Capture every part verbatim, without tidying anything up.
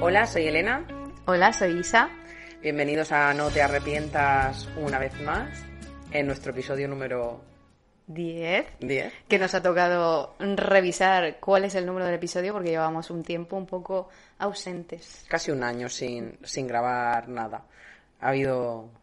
Hola, soy Elena. Hola, soy Isa. Bienvenidos a No te arrepientas una vez más, en nuestro episodio número diez. diez. Que nos ha tocado revisar cuál es el número del episodio porque llevamos un tiempo un poco ausentes. Casi un año sin, sin grabar nada. Ha habido...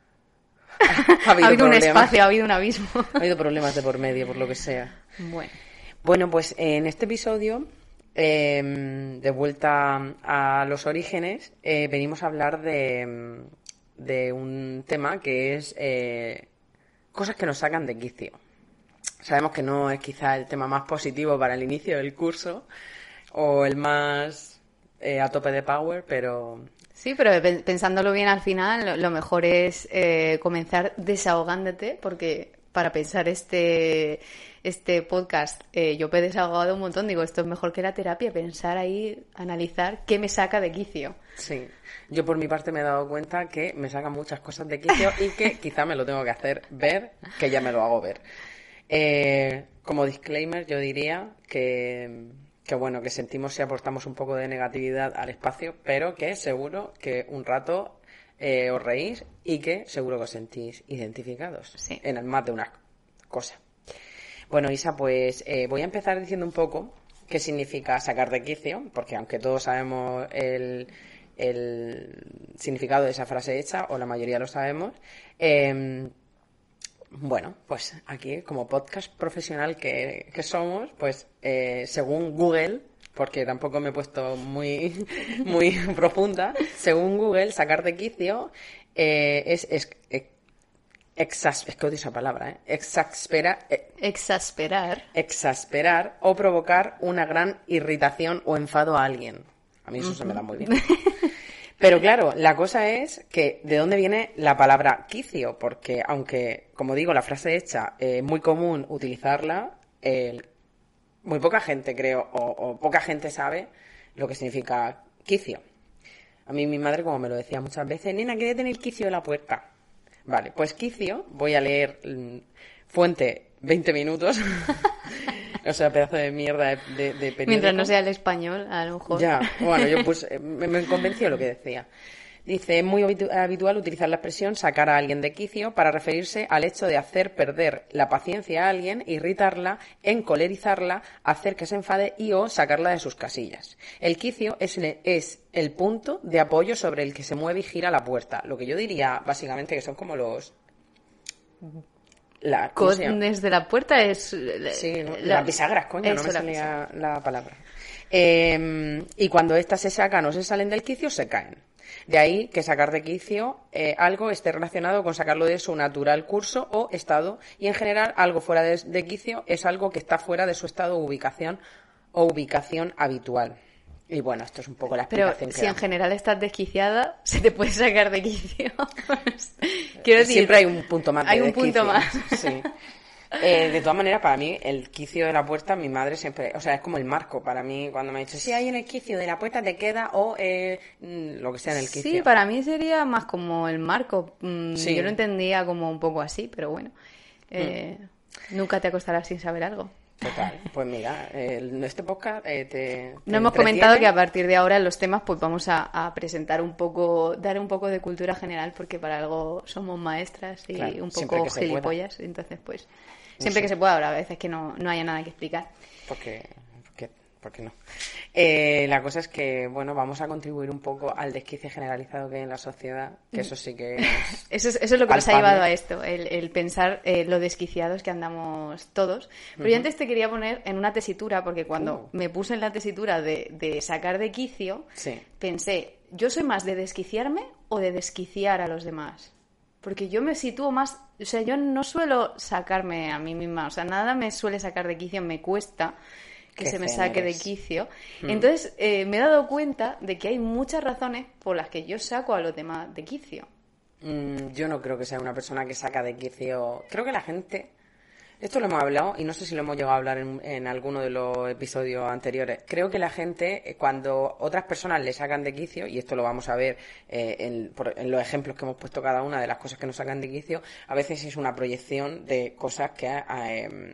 Ha habido, ha habido un espacio, ha habido un abismo. Ha habido problemas de por medio, por lo que sea. Bueno. Bueno, pues en este episodio, eh, de vuelta a los orígenes, eh, venimos a hablar de, de un tema que es eh, cosas que nos sacan de quicio. Sabemos que no es quizá el tema más positivo para el inicio del curso o el más eh, a tope de power, pero... Sí, pero pensándolo bien al final, lo mejor es eh, comenzar desahogándote, porque para pensar este, este podcast eh, yo me he desahogado un montón. Digo, esto es mejor que la terapia, pensar ahí, analizar qué me saca de quicio. Sí, yo por mi parte me he dado cuenta que me sacan muchas cosas de quicio y que quizá me lo tengo que hacer ver, que ya me lo hago ver. Eh, como disclaimer yo diría que... que bueno, que sentimos si aportamos un poco de negatividad al espacio, pero que seguro que un rato eh, os reís y que seguro que os sentís identificados sí. en más de una cosa. Bueno, Isa, pues eh, voy a empezar diciendo un poco qué significa sacar de quicio, porque aunque todos sabemos el, el significado de esa frase hecha, o la mayoría lo sabemos, eh, bueno, pues aquí, como podcast profesional que, que somos, pues eh, según Google, porque tampoco me he puesto muy, muy profunda, según Google, sacar de quicio eh, es, es, es, exas, es que odio esa palabra, ¿eh? Exaspera, eh, exasperar. Exasperar o provocar una gran irritación o enfado a alguien. A mí eso uh-huh. se me da muy bien. Pero claro, la cosa es que ¿de dónde viene la palabra quicio? Porque aunque, como digo, la frase hecha es eh, muy común utilizarla, eh, muy poca gente creo, o, o poca gente sabe lo que significa quicio. A mí mi madre, como me lo decía muchas veces, nena, ¿quieres tener el quicio de la puerta? Vale, pues quicio, voy a leer mmm, fuente veinte minutos... O sea, pedazo de mierda de, de, de periódico. Mientras no sea el español, a lo mejor. Ya, bueno, yo pues me, me convenció lo que decía. Dice, es muy habitu- habitual utilizar la expresión sacar a alguien de quicio para referirse al hecho de hacer perder la paciencia a alguien, irritarla, encolerizarla, hacer que se enfade y o sacarla de sus casillas. El quicio es, es el punto de apoyo sobre el que se mueve y gira la puerta. Lo que yo diría, básicamente, que son como los... La, Cones de la puerta es... Sí, ¿no? la, las bisagras, coño, no me salía la, la palabra. Eh, y cuando éstas se sacan o se salen del quicio, se caen. De ahí que sacar de quicio eh, algo esté relacionado con sacarlo de su natural curso o estado. Y en general, algo fuera de, de quicio es algo que está fuera de su estado o ubicación o ubicación habitual. Y bueno, esto es un poco la explicación. Pero que si da. En general estás desquiciada, se te puede sacar de quicio. Quiero decir, siempre hay un punto más de Hay un desquicio. punto más. Sí. Eh, de todas maneras, para mí, el quicio de la puerta, mi madre siempre... O sea, es como el marco para mí, cuando me ha dicho, si hay en el quicio de la puerta te queda o eh, lo que sea en el quicio. Sí, para mí sería más como el marco. Sí. Yo lo entendía como un poco así, pero bueno. Eh, mm. Nunca te acostarás sin saber algo. Total, pues mira, en este podcast eh, te, te No hemos comentado que a partir de ahora en los temas pues vamos a, a presentar un poco, dar un poco de cultura general, porque para algo somos maestras y claro, un poco gilipollas, entonces pues siempre no sé. que se pueda, habrá veces que no, no haya nada que explicar. Porque, porque, porque no. Eh, la cosa es que, bueno, vamos a contribuir un poco al desquicio generalizado que hay en la sociedad, que eso sí que es eso, es, eso es lo que palpable. Nos ha llevado a esto, el, el pensar eh, lo desquiciados que andamos todos. Pero uh-huh. yo antes te quería poner en una tesitura, porque cuando uh. me puse en la tesitura de, de sacar de quicio, sí. pensé, ¿yo soy más de desquiciarme o de desquiciar a los demás? Porque yo me sitúo más... O sea, yo no suelo sacarme a mí misma, o sea, nada me suele sacar de quicio, me cuesta... que se me saque de quicio. Hmm. Entonces, eh, me he dado cuenta de que hay muchas razones por las que yo saco a los demás de quicio. Mm, yo no creo que sea una persona que saca de quicio. Creo que la gente... Esto lo hemos hablado y no sé si lo hemos llegado a hablar en, en alguno de los episodios anteriores. Creo que la gente, cuando otras personas le sacan de quicio, y esto lo vamos a ver eh, en, por, en los ejemplos que hemos puesto cada una de las cosas que nos sacan de quicio, a veces es una proyección de cosas que... Eh,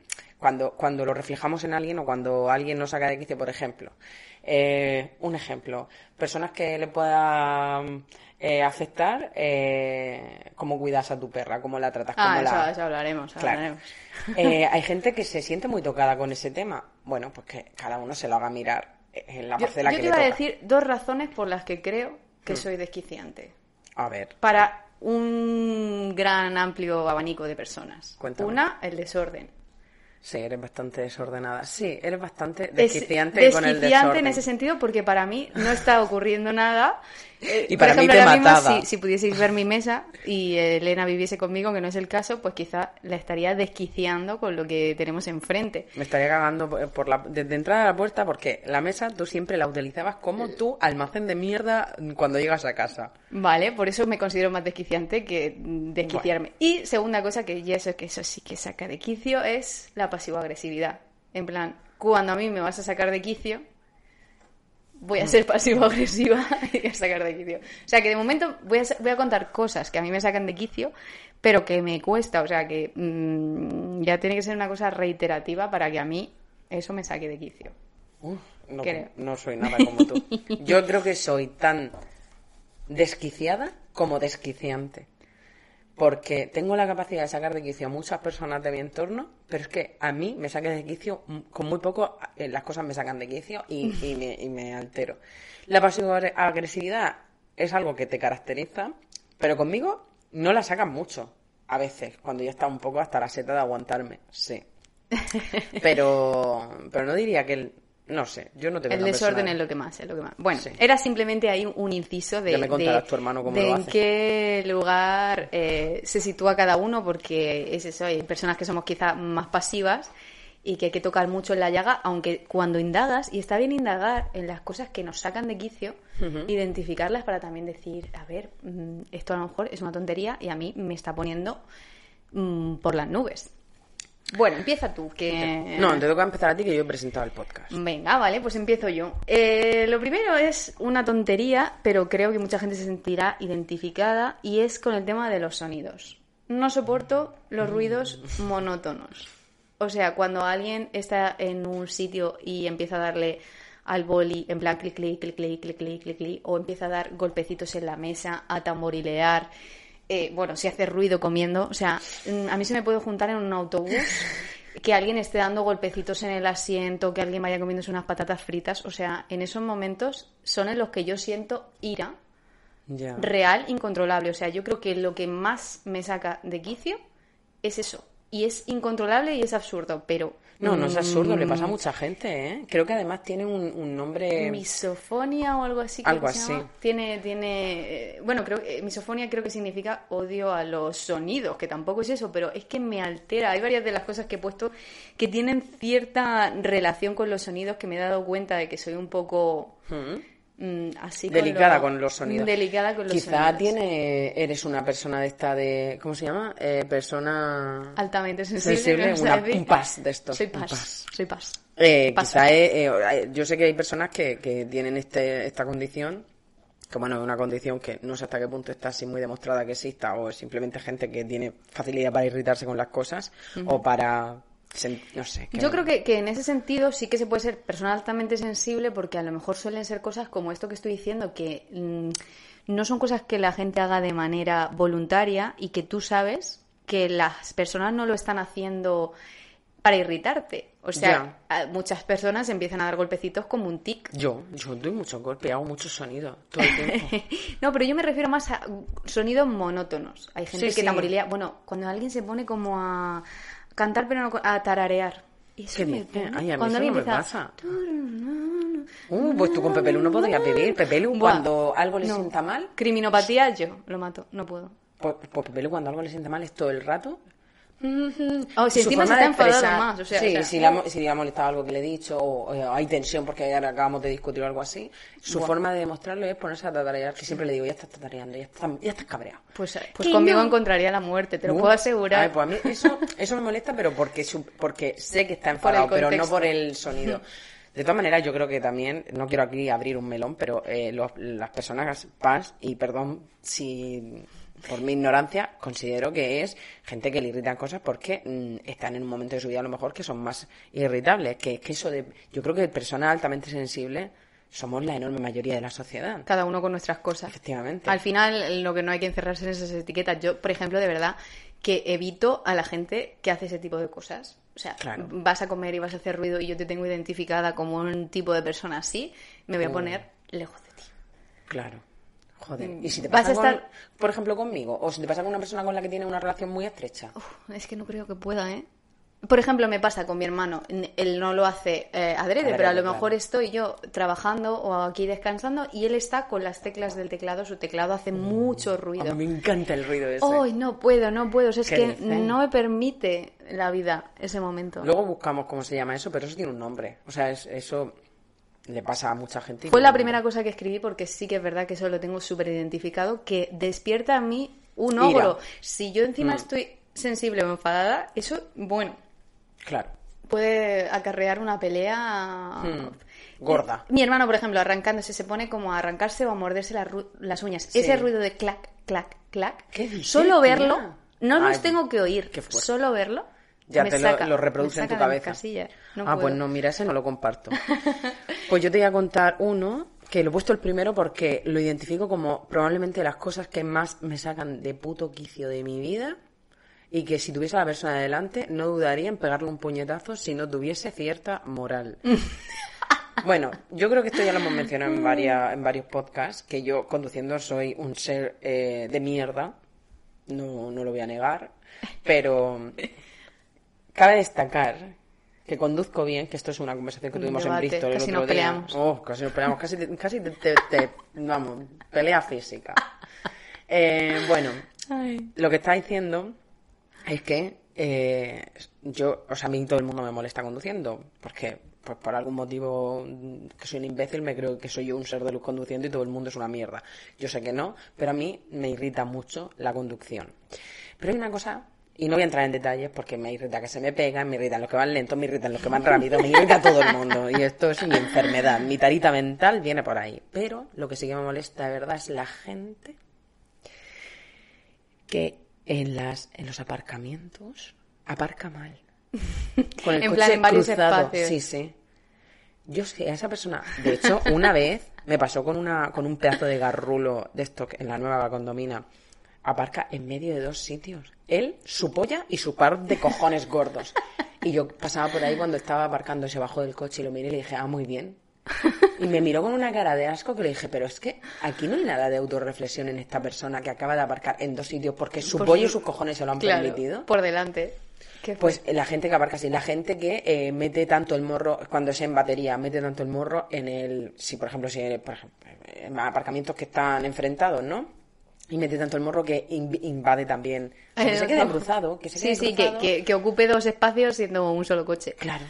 cuando, cuando lo reflejamos en alguien o cuando alguien nos saca de quicio, por ejemplo. Eh, un ejemplo, personas que le pueda eh, afectar, eh, cómo cuidas a tu perra, cómo la tratas, cómo Ah, eso, la... eso hablaremos, Claro. hablaremos. Eh, hay gente que se siente muy tocada con ese tema. Bueno, pues que cada uno se lo haga mirar en la Yo, parcela yo que te le iba a toca. decir dos razones por las que creo que Mm. soy desquiciante. A ver, Para un gran amplio abanico de personas. Cuéntame. Una, el desorden. sí, eres bastante desordenada. Sí, eres bastante Es desquiciante con el desquiciante desorden. en ese sentido porque para mí no está ocurriendo nada. Eh, Y por para mí ejemplo, te ahora mismo, mataba. si, si pudieseis ver mi mesa y eh, Elena viviese conmigo, que no es el caso, pues quizá la estaría desquiciando con lo que tenemos enfrente. Me estaría cagando por por la, desde entrada a la puerta porque la mesa tú siempre la utilizabas como tu almacén de mierda cuando llegas a casa. Vale, por eso me considero más desquiciante que mm, desquiciarme. Y segunda cosa, que ya eso, que eso sí que saca de quicio, es la pasivo-agresividad. En plan, cuando a mí me vas a sacar de quicio, voy a ser pasivo-agresiva y voy a sacar de quicio. O sea, que de momento voy a, sa- voy a contar cosas que a mí me sacan de quicio, pero que me cuesta. O sea, que mm, ya tiene que ser una cosa reiterativa para que a mí eso me saque de quicio. Uf, no, Creo. no soy nada como tú. Yo creo que soy tan desquiciada como desquiciante. Porque tengo la capacidad de sacar de quicio a muchas personas de mi entorno, pero es que a mí me saca de quicio, mm, con muy poco, eh, las cosas me sacan de quicio y, y, me, y me altero. La pasivo-agresividad es algo que te caracteriza, pero conmigo no la sacan mucho, a veces, cuando ya está un poco hasta la seta de aguantarme, sí. Pero, pero no diría que el... No sé, yo no te veo El una desorden persona- es lo que más, es lo que más. Bueno, Sí. era simplemente ahí un, un inciso de, Ya me contarás de- tu hermano cómo de lo en hace. qué lugar eh, se sitúa cada uno, porque es eso, hay personas que somos quizá más pasivas y que hay que tocar mucho en la llaga, aunque cuando indagas, y está bien indagar en las cosas que nos sacan de quicio, identificarlas para también decir, a ver, mm, esto a lo mejor es una tontería y a mí me está poniendo mm, por las nubes. Bueno, empieza tú, que... No, te toca empezar a ti, que yo he presentado el podcast. Venga, vale, pues empiezo yo. Eh, lo primero es una tontería, pero creo que mucha gente se sentirá identificada, y es con el tema de los sonidos. No soporto los ruidos monótonos. O sea, cuando alguien está en un sitio y empieza a darle al boli, en plan clic, clic, clic, clic, clic, clic, clic, clic, o empieza a dar golpecitos en la mesa, a tamborilear... Eh, bueno, si hace ruido comiendo, o sea, mm, a mí se me puede juntar en un autobús que alguien esté dando golpecitos en el asiento, que alguien vaya comiéndose unas patatas fritas, o sea, en esos momentos son en los que yo siento ira Ya. real, incontrolable, o sea, yo creo que lo que más me saca de quicio es eso, y es incontrolable y es absurdo, pero... No, no es absurdo, le pasa a mm, mucha gente, ¿eh? Creo que además tiene un, un nombre... Misofonia o algo así. creo Algo que se así. llama. Tiene, tiene, eh, bueno, creo que misofonia creo que significa odio a los sonidos, que tampoco es eso, pero es que me altera. Hay varias de las cosas que he puesto que tienen cierta relación con los sonidos, que me he dado cuenta de que soy un poco ¿Mm? mm, así Delicada lo- con los sonidos. Delicada con los Quizá sonidos. tiene, eres una persona de esta de, ¿cómo se llama? Eh, persona Altamente sensible. sensible, no sé una- decir. un pas de estos. Soy un pas, pas. soy pas. Eh, Pasa. quizá eh, eh, yo sé que hay personas que, que tienen este, esta condición, que bueno, es una condición que no sé hasta qué punto está así muy demostrada que exista, o es simplemente gente que tiene facilidad para irritarse con las cosas, o para, sen- no sé. Yo creo que, que en ese sentido sí que se puede ser persona altamente sensible, porque a lo mejor suelen ser cosas como esto que estoy diciendo, que mm, no son cosas que la gente haga de manera voluntaria y que tú sabes que las personas no lo están haciendo para irritarte. O sea, a- muchas personas empiezan a dar golpecitos como un tic. Yo, yo doy mucho golpe, hago muchos sonidos todo el tiempo. No, pero yo me refiero más a sonidos monótonos. Hay gente Sí, que sí. tamborilea. Bueno, cuando alguien se pone como a cantar, pero no a tararear. Eso ¿Qué me dices? pone- Ay, a mí cuando eso no alguien me empieza, pasa. Uh, pues tú con Pepe Lu no podrías vivir. Pepe Lu, Buah, cuando algo le no. sienta mal, Criminopatía, yo lo mato, no puedo. pues, pues Pepe Lu cuando algo le sienta mal es todo el rato. Oh, si Su encima se forma está de enfadado expresar- más, o sea, sí, o sea, si, le ha, si le ha molestado algo que le he dicho, o eh, hay tensión porque ahora acabamos de discutir o algo así, su Buah. forma de demostrarlo es ponerse a tatarear, que siempre le digo, ya estás tatareando, ya estás, ya estás cabreado. pues, pues Que conmigo no. encontraría la muerte, te lo Uh, puedo asegurar. ay, pues a mí eso, eso me molesta, pero porque, su- porque sé que está Por el enfadado, pero no contexto. por el sonido. De todas maneras, yo creo que también, no quiero aquí abrir un melón, pero eh, los- las personas, pas, y perdón si por mi ignorancia, considero que es gente que le irritan cosas porque mmm, están en un momento de su vida a lo mejor que son más irritables. Que, que eso de, yo creo que personas altamente sensibles somos la enorme mayoría de la sociedad. Cada uno con nuestras cosas. Efectivamente. Al final, lo que no hay que encerrarse en esas etiquetas. Yo, por ejemplo, de verdad, que evito a la gente que hace ese tipo de cosas. O sea, claro. Vas a comer y vas a hacer ruido y yo te tengo identificada como un tipo de persona así, me voy a poner oh. lejos de ti. Claro. Joder. ¿Y si te pasa Vas a estar... con, por ejemplo, conmigo? ¿O si te pasa con una persona con la que tienes una relación muy estrecha? Uf, es que no creo que pueda, ¿eh? Por ejemplo, me pasa con mi hermano. Él no lo hace eh, adrede, adrede, pero a lo claro. mejor estoy yo trabajando o aquí descansando y él está con las teclas del teclado. Su teclado hace mm. mucho ruido. A mí me encanta el ruido ese. ¡Ay, no puedo, no puedo! O sea, es que dicen? no me permite la vida ese momento. Luego buscamos cómo se llama eso, pero eso tiene un nombre. O sea, es, eso le pasa a mucha gente. Fue la primera cosa que escribí porque sí que es verdad que eso lo tengo súper identificado, que despierta a mí un ogro. Ira. Si yo encima mm. estoy sensible o enfadada, eso, bueno... Claro. Puede acarrear una pelea hmm. gorda. Mi hermano, por ejemplo, arrancándose, se pone como a arrancarse o a morderse las, ru- las uñas. Sí. Ese ruido de clac, clac, clac. ¿Qué dices, solo verlo, tía? no Ay, los tengo que oír. Solo verlo. Ya me te saca, lo, lo reproduce en tu cabeza. No ah, puedo. Pues no, mira, ese no lo comparto. Pues yo te voy a contar uno que lo he puesto el primero porque lo identifico como probablemente las cosas que más me sacan de puto quicio de mi vida. Y que si tuviese a la persona delante, no dudaría en pegarle un puñetazo si no tuviese cierta moral. Bueno, yo creo que esto ya lo hemos mencionado en, varias, en varios podcasts, que yo conduciendo soy un ser eh, de mierda, no, no lo voy a negar, pero cabe destacar que conduzco bien, que esto es una conversación que tuvimos debate, en Bristol el casi otro nos día. Peleamos. Oh, casi nos peleamos, casi, te, casi te, te, te, vamos, pelea física. Eh, bueno, Ay. Lo que está diciendo... Es que eh, yo, o sea, a mí todo el mundo me molesta conduciendo, porque pues por algún motivo que soy un imbécil me creo que soy yo un ser de luz conduciendo y todo el mundo es una mierda. Yo sé que no, pero a mí me irrita mucho la conducción. Pero hay una cosa, y no voy a entrar en detalles porque me irrita que se me pegan, me irritan los que van lentos, me irritan los que van rápido, me irrita todo el mundo. Y esto es mi enfermedad, mi tarita mental viene por ahí. Pero lo que sí que me molesta de verdad es la gente que... En las en los aparcamientos aparca mal. Con el en coche plan, en varios cruzado. espacios. Sí, sí. Yo sé, a esa persona, de hecho, una vez me pasó con una con un pedazo de garrulo de esto en la nueva condomina. Aparca en medio de dos sitios. Él, su polla y su par de cojones gordos. Y yo pasaba por ahí cuando estaba aparcando, se bajó del coche y lo miré y le dije, ah, muy bien. Y me miró con una cara de asco que le dije, pero es que aquí no hay nada de autorreflexión en esta persona que acaba de aparcar en dos sitios porque su por pollo y sus cojones se lo han claro, permitido. Por delante. Pues la gente que aparca así, la gente que eh, mete tanto el morro, cuando es en batería, mete tanto el morro en el, si por ejemplo, si por ejemplo, en aparcamientos que están enfrentados, ¿no? Y mete tanto el morro que invade también. O sea, que se quede cruzado. Que se quede sí, cruzado. sí, que, que, que ocupe dos espacios siendo un solo coche. Claro.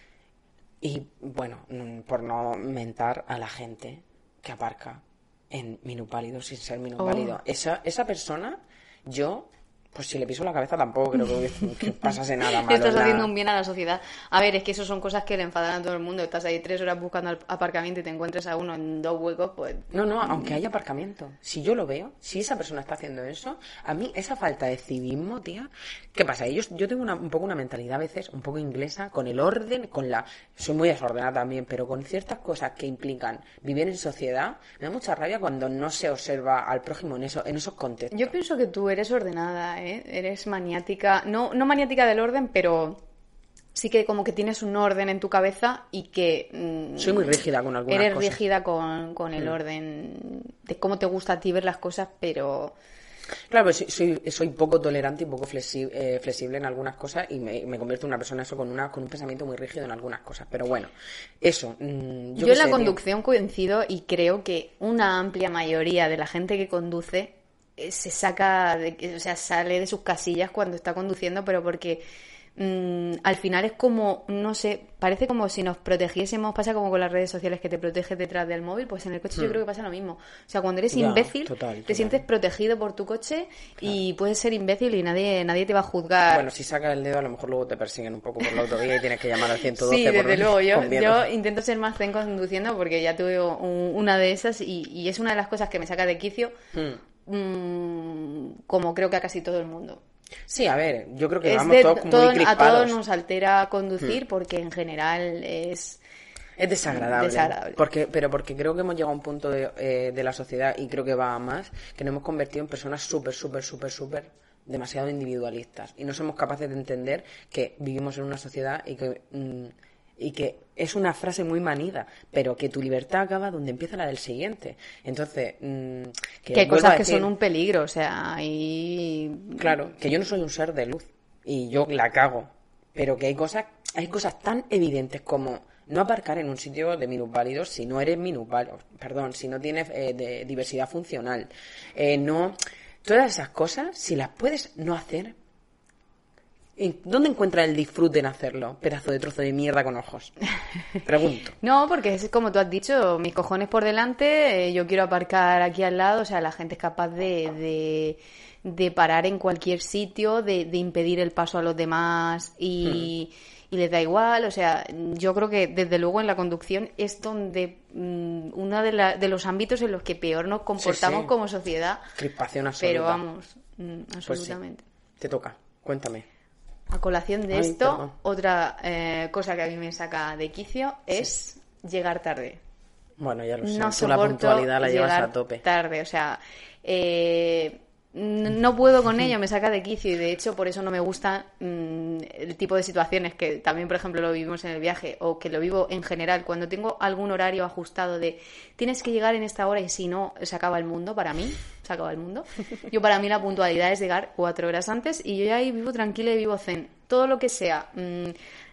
Y bueno, por no mentar a la gente que aparca en minupálido sin ser minupálido. Oh. Esa, esa persona, yo, pues si le piso la cabeza tampoco creo que, que pasase nada malo. Estás nada. haciendo un bien a la sociedad. A ver, es que eso son cosas que le enfadan a todo el mundo. Estás ahí tres horas buscando el aparcamiento y te encuentras a uno en dos huecos, pues... No, no, aunque haya aparcamiento. Si yo lo veo, si esa persona está haciendo eso, a mí esa falta de civismo, tía... ¿Qué pasa? Yo, yo tengo una, un poco una mentalidad a veces un poco inglesa, con el orden, con la... Soy muy desordenada también, pero con ciertas cosas que implican vivir en sociedad, me da mucha rabia cuando no se observa al prójimo en, eso, en esos contextos. Yo pienso que tú eres ordenada, ¿eh? Eres maniática, no, no maniática del orden, pero sí que como que tienes un orden en tu cabeza y que... Mmm, soy muy rígida con algunas eres cosas. Eres rígida con, con el mm. orden de cómo te gusta a ti ver las cosas, pero... Claro, pues soy, soy poco tolerante y poco flexible, eh, flexible en algunas cosas y me, me convierto en una persona eso con una con un pensamiento muy rígido en algunas cosas. Pero bueno, eso. Mmm, yo yo en la sé, conducción tío. coincido y creo que una amplia mayoría de la gente que conduce eh, se saca, de, o sea, sale de sus casillas cuando está conduciendo, pero porque... Mm, al final es como, no sé, parece como si nos protegiésemos, pasa como con las redes sociales que te proteges detrás del móvil, pues en el coche hmm. yo creo que pasa lo mismo. O sea, cuando eres ya, imbécil, total, total. te sientes protegido por tu coche claro. y puedes ser imbécil y nadie nadie te va a juzgar. Bueno, si sacas el dedo a lo mejor luego te persiguen un poco por la autovía y tienes que llamar al ciento doce. Sí, desde por luego, yo, yo intento ser más zen conduciendo porque ya tuve un, una de esas y, y es una de las cosas que me saca de quicio. Hmm. mmm, como creo que a casi todo el mundo. Sí, a ver, yo creo que Es vamos de- todos como todo- muy a crispados. todos nos altera conducir porque en general es... Es desagradable. Desagradable. Porque, pero porque creo que hemos llegado a un punto de, eh, de la sociedad, y creo que va a más, que nos hemos convertido en personas súper, súper, súper, súper demasiado individualistas. Y no somos capaces de entender que vivimos en una sociedad y que, mm, y que es una frase muy manida, pero que tu libertad acaba donde empieza la del siguiente. Entonces, mm, que, Que hay vuelvo cosas a que decir, son un peligro, o sea, y... Claro, que yo no soy un ser de luz y yo la cago, pero que hay cosas, hay cosas tan evidentes como no aparcar en un sitio de minusválidos si no eres minusválido, perdón, si no tienes eh, de diversidad funcional, eh, no, todas esas cosas, si las puedes no hacer, ¿en- ¿dónde encuentras el disfrute en hacerlo? Pedazo de trozo de mierda con ojos. Pregunto. No, porque es como tú has dicho, mis cojones por delante, eh, yo quiero aparcar aquí al lado, o sea, la gente es capaz de, de, de parar en cualquier sitio, de, de impedir el paso a los demás y, y les da igual, o sea, yo creo que desde luego en la conducción es donde mm, uno de, la- de los ámbitos en los que peor nos comportamos sí. como sociedad, Crispación absoluta. pero vamos, mm, Pues sí. absolutamente. Te toca, cuéntame. A colación de Ay, esto, perdón. otra eh, cosa que a mí me saca de quicio es llegar tarde. Bueno, ya lo sé, No tú la soporto puntualidad la llevas llegar a tope. tarde, o sea, eh, n- no puedo con ello, me saca de quicio y de hecho por eso no me gusta mm, el tipo de situaciones que también, por ejemplo, lo vivimos en el viaje o que lo vivo en general, cuando tengo algún horario ajustado de tienes que llegar en esta hora y si no, se acaba el mundo, para mí, se acaba el mundo. Yo para mí la puntualidad es llegar cuatro horas antes y yo ya ahí vivo tranquila y vivo zen. Todo lo que sea... mm,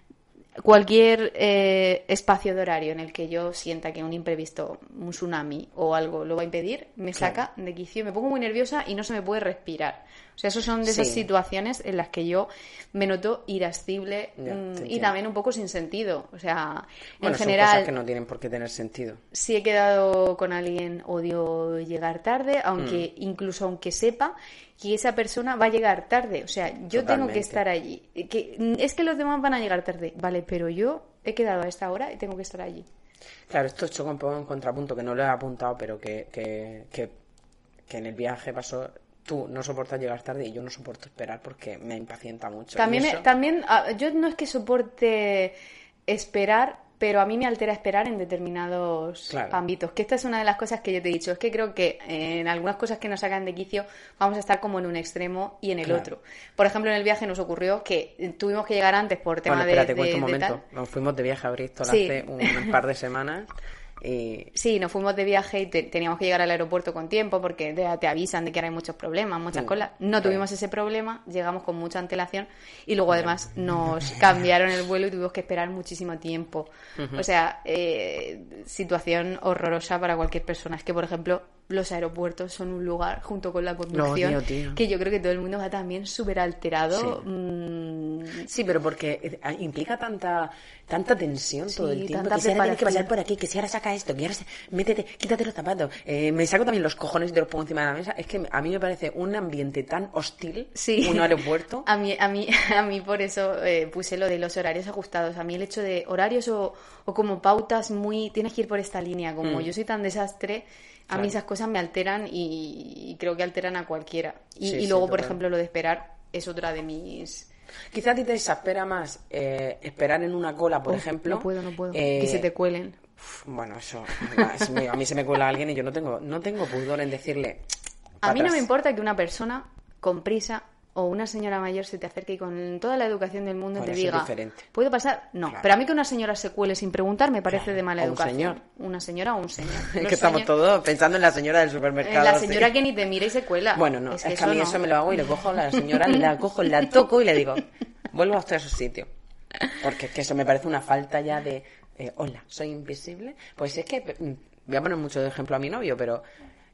cualquier eh, espacio de horario en el que yo sienta que un imprevisto, un tsunami o algo lo va a impedir, me saca de quicio, me pongo muy nerviosa y no se me puede respirar. O sea, esos son de esas Sí. situaciones en las que yo me noto irascible Ya, mm, te y entiendo. también un poco sin sentido. O sea, Bueno, en son general, cosas que no tienen por qué tener sentido. si he quedado con alguien, odio llegar tarde, aunque Mm. incluso aunque sepa que esa persona va a llegar tarde. O sea, yo tengo Totalmente. que estar allí. Que, es que los demás van a llegar tarde. Vale, pero yo he quedado a esta hora y tengo que estar allí. Claro, esto choca un poco en contrapunto, que no lo he apuntado, pero que, que, que, que en el viaje pasó, tú no soportas llegar tarde y yo no soporto esperar porque me impacienta mucho. También, Y me- eso- también ah, yo no es que soporte esperar, pero a mí me altera esperar en determinados Claro. ámbitos. Que esta es una de las cosas que yo te he dicho. Es que creo que en algunas cosas que nos sacan de quicio vamos a estar como en un extremo y en el Claro. otro. Por ejemplo, en el viaje nos ocurrió que tuvimos que llegar antes por tema Bueno, de, espérate, de- cuento un de momento. tal. Nos fuimos de viaje a Bristol Sí. hace un par de semanas y... Sí, nos fuimos de viaje y te- teníamos que llegar al aeropuerto con tiempo porque te, te avisan de que ahora hay muchos problemas, muchas Mm, colas. No claro. tuvimos ese problema, llegamos con mucha antelación y luego además nos cambiaron el vuelo y tuvimos que esperar muchísimo tiempo. O sea, eh, situación horrorosa para cualquier persona. Es que, por ejemplo, los aeropuertos son un lugar, junto con la conducción, odio, tío. que yo creo que todo el mundo va también súper alterado. Sí. Mm, Sí, pero porque eh, implica tanta tanta tensión Sí, todo el tiempo. tanta Que si ahora tienes que preparación. pasar por aquí, que si ahora saca esto, que ahora se... métete, quítate los zapatos. Eh, me saco también los cojones y te los pongo encima de la mesa. Es que a mí me parece un ambiente tan hostil, Sí. un aeropuerto. A mí, a mí, a mí por eso eh, puse lo de los horarios ajustados. A mí el hecho de horarios o, o como pautas muy... Tienes que ir por esta línea. Como Mm. yo soy tan desastre, a Claro. mí esas cosas me alteran y, y creo que alteran a cualquiera. Y, Sí, y sí, luego, por total. ejemplo, lo de esperar es otra de mis... Quizá a ti te desespera más eh, esperar en una cola, por Uf, ejemplo. No puedo, no puedo. eh, Que se te cuelen. uf, Bueno, eso. es muy- a mí se me cuela alguien y yo no tengo, no tengo pudor en decirle. A "Pa' mí no me atrás". importa que una persona con prisa o una señora mayor se te acerque y con toda la educación del mundo Bueno, te eso es diga, diferente. ¿puede pasar? No, Claro. pero a mí que una señora se cuele sin preguntar me parece Claro, de mala o un educación. señor. Una señora o un señor. Es Los que estamos señor- todos pensando en la señora del supermercado. En la sí. señora que ni te mira y se cuela. Bueno, no, es que, a mí no. eso me lo hago y le cojo a la señora, la cojo, la toco y le digo, vuelva usted a su sitio. Porque es que eso me parece una falta ya de, eh, hola, soy invisible. Pues es que, mm, voy a poner mucho de ejemplo a mi novio, pero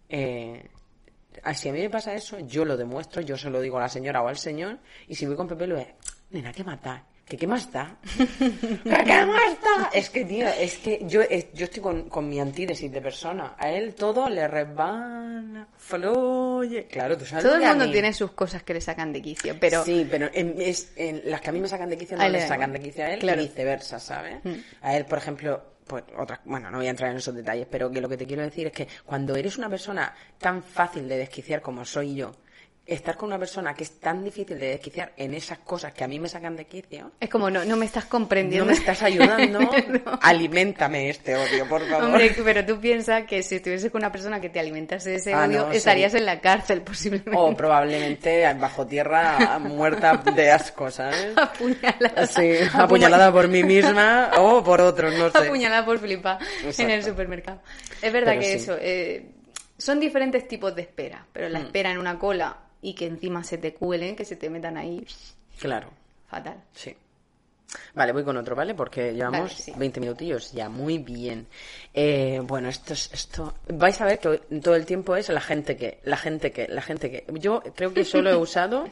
eh, si a mí me pasa eso, yo lo demuestro, yo se lo digo a la señora o al señor, y si voy con Pepe, lo es, nena, ¿qué más da? ¿Que qué más da? ¿Que qué más da? Es que, tío, es que yo, es- yo estoy con, con mi antítesis de persona. A él todo le resbala, fluye. Claro, tú sabes Todo lo el que a mundo mí- tiene sus cosas que le sacan de quicio, pero Sí, pero en, es, en las que a mí me sacan de quicio no A él le le da sacan igual. de quicio a él Claro. y viceversa, ¿sabes? Mm. A él, por ejemplo, pues otras, bueno, no voy a entrar en esos detalles, pero que lo que te quiero decir es que cuando eres una persona tan fácil de desquiciar como soy yo, estar con una persona que es tan difícil de desquiciar en esas cosas que a mí me sacan de quicio... Es como, no, no me estás comprendiendo. No me estás ayudando. No. Aliméntame este odio, por favor. Hombre, pero tú piensas que si estuvieses con una persona que te alimentase de ese ah, odio, no, estarías sí. en la cárcel, posiblemente. O probablemente bajo tierra, muerta de asco, ¿sabes? Apuñalada. Sí, apuñalada por mí misma o por otros, no sé. Apuñalada por Filipa en el supermercado. Es verdad pero que sí. eso... Eh, son diferentes tipos de espera, pero la hmm. espera en una cola... y que encima se te cuelen, que se te metan ahí. Claro. Fatal. Sí. Vale, voy con otro, ¿vale? Porque llevamos vale, sí. veinte minutillos ya, muy bien. Eh, bueno, esto es, esto... Vais a ver que todo el tiempo es la gente que, la gente que, la gente que... Yo creo que solo he usado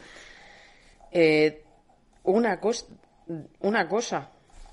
eh, una cosa, una cosa,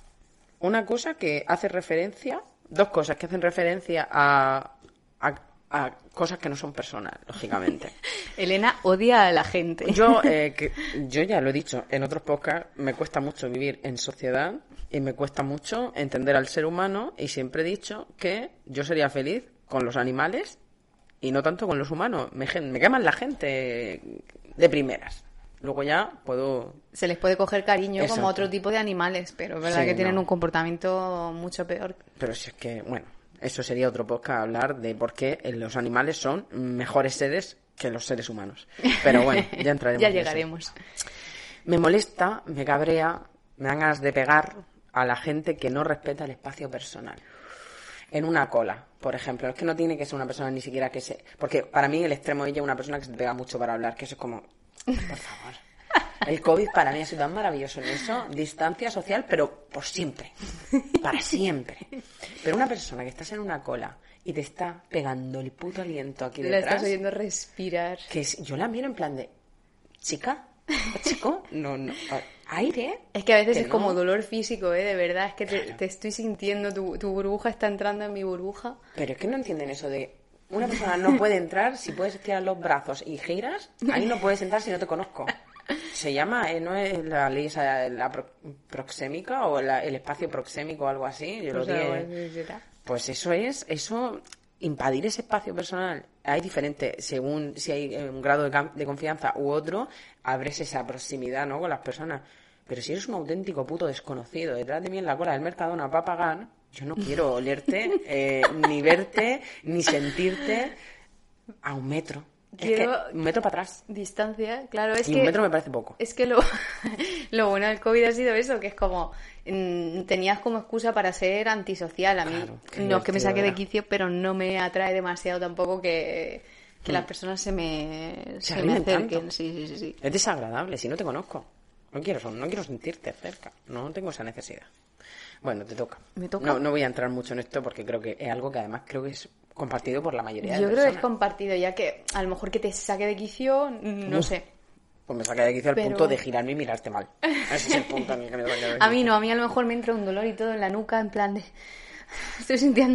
una cosa que hace referencia, dos cosas que hacen referencia a... a a cosas que no son personas, lógicamente. Elena odia a la gente. Yo, eh, que, yo ya lo he dicho en otros podcasts, me cuesta mucho vivir en sociedad y me cuesta mucho entender al ser humano y siempre he dicho que yo sería feliz con los animales y no tanto con los humanos. Me, me queman la gente de primeras. Luego ya puedo... Se les puede coger cariño Exacto. como otro tipo de animales, pero es verdad sí, que tienen no. un comportamiento mucho peor. Pero si es que, bueno... Eso sería otro podcast, hablar de por qué los animales son mejores seres que los seres humanos. Pero bueno, ya entraremos. Ya llegaremos. En eso. Me molesta, me cabrea, me dan ganas de pegar a la gente que no respeta el espacio personal. En una cola, por ejemplo. Es que no tiene que ser una persona ni siquiera que se... Porque para mí el extremo de ella es una persona que se te pega mucho para hablar, que eso es como... Por favor. El COVID para mí ha sido tan maravilloso en eso. Distancia social, pero por siempre. Para siempre. Pero una persona que estás en una cola y te está pegando el puto aliento aquí detrás... La estás oyendo respirar. Que es, yo la miro en plan de... Chica, chico, no, no... Aire. Es que a veces que es no. como dolor físico, ¿eh? De verdad. Es que te, Claro. te estoy sintiendo. Tu, tu burbuja está entrando en mi burbuja. Pero es que no entienden eso de... Una persona no puede entrar si puedes estirar los brazos y giras. Ahí no puedes entrar si no te conozco. Se llama, eh, ¿no es la ley esa, la pro, proxémica o la, el espacio proxémico o algo así? Yo Pues, lo dije. Pues eso es, eso, invadir ese espacio personal. Hay diferentes, según si hay un grado de, de confianza u otro, abres esa proximidad, ¿no? Con las personas. Pero si eres un auténtico puto desconocido detrás de mí en la cola del Mercadona para pagar, yo no quiero olerte, eh, ni verte, ni sentirte a un metro. Quiero es que un metro para atrás. Distancia, claro, es y que... un metro me parece poco. Es que lo, lo bueno del COVID ha sido eso, que es como... Mmm, tenías como excusa para ser antisocial. A mí Claro, no es que me saque era. de quicio, pero no me atrae demasiado tampoco que, que mm. las personas se me, se se me acerquen. Tanto. Sí, sí, sí, sí. Es desagradable, si no te conozco. No quiero, no quiero sentirte cerca. No tengo esa necesidad. Bueno, te toca. ¿Me toca? No, no voy a entrar mucho en esto porque creo que es algo que además creo que es compartido por la mayoría de Yo personas. creo que es compartido, ya que a lo mejor que te saque de quicio, no Uf, sé. Pues me saque de quicio al Pero... punto de girarme y mirarte mal. Ese es el punto en el que me saque de quicio. A mí no, a mí a lo mejor me entra un dolor y todo en la nuca, en plan de... Estoy sintiendo...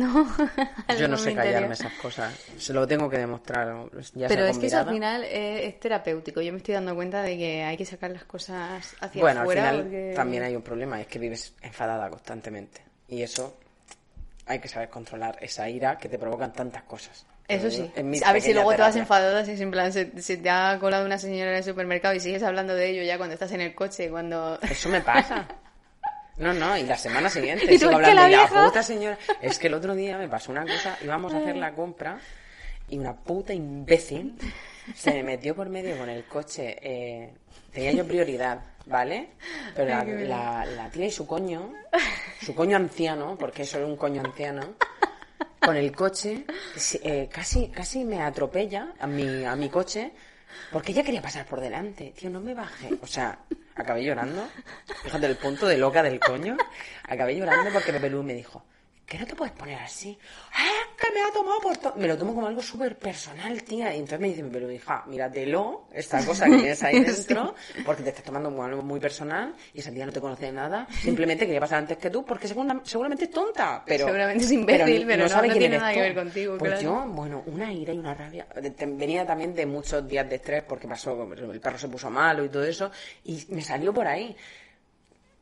Yo no sé callarme esas cosas. Se lo tengo que demostrar. Ya Pero sea es que mirada. eso al final es, es terapéutico. Yo me estoy dando cuenta de que hay que sacar las cosas hacia bueno, afuera. Bueno, al final porque... también hay un problema. Es que vives enfadada constantemente. Y eso... Hay que saber controlar esa ira que te provocan tantas cosas. Eso sí. A ver si luego terapia. te vas enfadada, si en plan se, se te ha colado una señora en el supermercado y sigues hablando de ello ya cuando estás en el coche, cuando... Eso me pasa. No, no, y la semana siguiente ¿Y tú, sigo es hablando que la de vieja? la puta señora. Es que el otro día me pasó una cosa, íbamos a hacer la compra y una puta imbécil se me metió por medio con el coche. Eh, tenía yo prioridad, ¿vale? Pero la, la, la tía y su coño, su coño anciano, porque eso es un coño anciano, con el coche, eh, casi, casi me atropella a mi, a mi coche, porque ella quería pasar por delante. Tío, no me bajé. O sea, acabé llorando. Fíjate el punto de loca del coño. Acabé llorando porque Pepe Lu me dijo, ¿que no te puedes poner así? ¡Ah, que me ha tomado por todo! Me lo tomo como algo súper personal, tía. Y entonces me dice, pero hija, míratelo, esta cosa que tienes ahí dentro, porque te estás tomando como algo muy personal y esa tía no te conoce de nada. Simplemente quería pasar antes que tú, porque segunda, seguramente es tonta. Pero, seguramente es imbécil, pero, pero no, sabe no quién tiene eres nada tú. que ver contigo. Pues claro. yo, bueno, una ira y una rabia. Venía también de muchos días de estrés porque pasó, el perro se puso malo y todo eso, y me salió por ahí.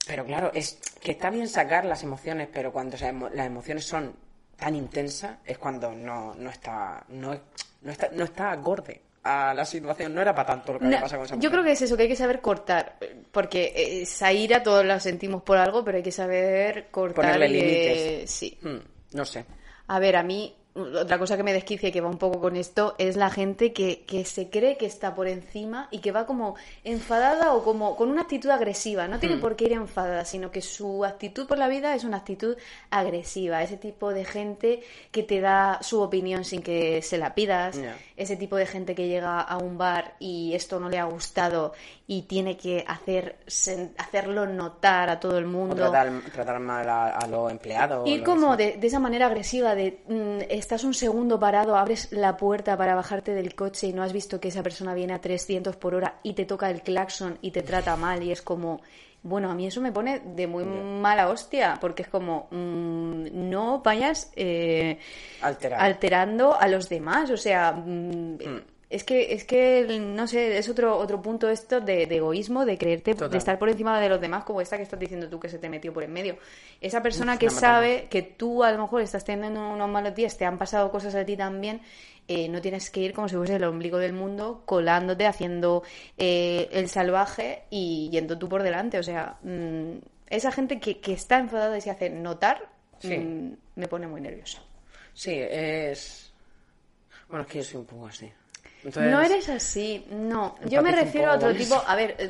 Pero claro, es que está bien sacar las emociones, pero cuando o sea, las emociones son tan intensas es cuando no, no está no, no está no está acorde a la situación. No era para tanto lo que no, había pasado con esa mujer. Yo creo que es eso, que hay que saber cortar, porque esa ira todos la sentimos por algo, pero hay que saber cortar. Ponerle y, límites. Eh, sí. Hmm, no sé. A ver, a mí, otra cosa que me desquicia y que va un poco con esto es la gente que, que se cree que está por encima y que va como enfadada o como con una actitud agresiva. No tiene Hmm. por qué ir enfadada, sino que su actitud por la vida es una actitud agresiva. Ese tipo de gente que te da su opinión sin que se la pidas. Yeah. Ese tipo de gente que llega a un bar y esto no le ha gustado y tiene que hacer hacerlo notar a todo el mundo. O tratar, tratar mal a, a los empleados. Ir como de, de esa manera agresiva de mm, estás un segundo parado, abres la puerta para bajarte del coche y no has visto que esa persona viene a trescientos por hora y te toca el claxon y te trata mal y es como... Bueno, a mí eso me pone de muy mala hostia, porque es como, mmm, no vayas eh, alterando a los demás, o sea, mmm, mm. es que, es que no sé, es otro otro punto esto de, de egoísmo, de creerte, Total. de estar por encima de los demás, como esta que estás diciendo tú que se te metió por en medio. Esa persona Uf, que sabe que tú a lo mejor estás teniendo unos malos días, te han pasado cosas a ti también, Eh, no tienes que ir como si fuese el ombligo del mundo, colándote, haciendo eh, el salvaje y yendo tú por delante. O sea, mmm, esa gente que, que está enfadada y se hace notar, sí. mmm, me pone muy nerviosa. Sí, es... Bueno, es que yo soy un poco así. Entonces... No eres así, no. Yo me refiero a otro tipo... A ver,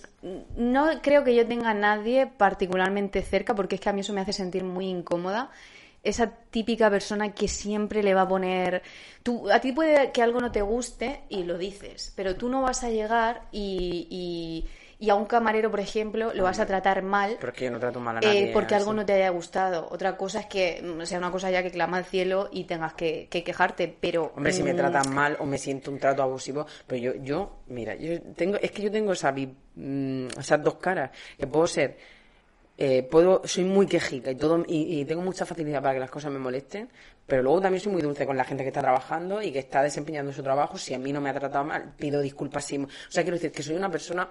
no creo que yo tenga a nadie particularmente cerca, porque es que a mí eso me hace sentir muy incómoda. Esa típica persona que siempre le va a poner... Tú, a ti puede que algo no te guste y lo dices, pero tú no vas a llegar y, y, y a un camarero, por ejemplo, lo vas a tratar mal. Pero es que yo no trato mal a nadie. Eh, porque así. algo no te haya gustado. Otra cosa es que, o sea, una cosa ya que clama al cielo y tengas que, que quejarte, pero... Hombre, si me tratan mal o me siento un trato abusivo, pero yo, yo mira, yo tengo, es que yo tengo esa, mm, esas dos caras, que puedo ser... Eh, puedo soy muy quejica y todo y, y tengo mucha facilidad para que las cosas me molesten, pero luego también soy muy dulce con la gente que está trabajando y que está desempeñando su trabajo. Si a mí no me ha tratado mal, pido disculpas. Si, o sea, quiero decir que soy una persona,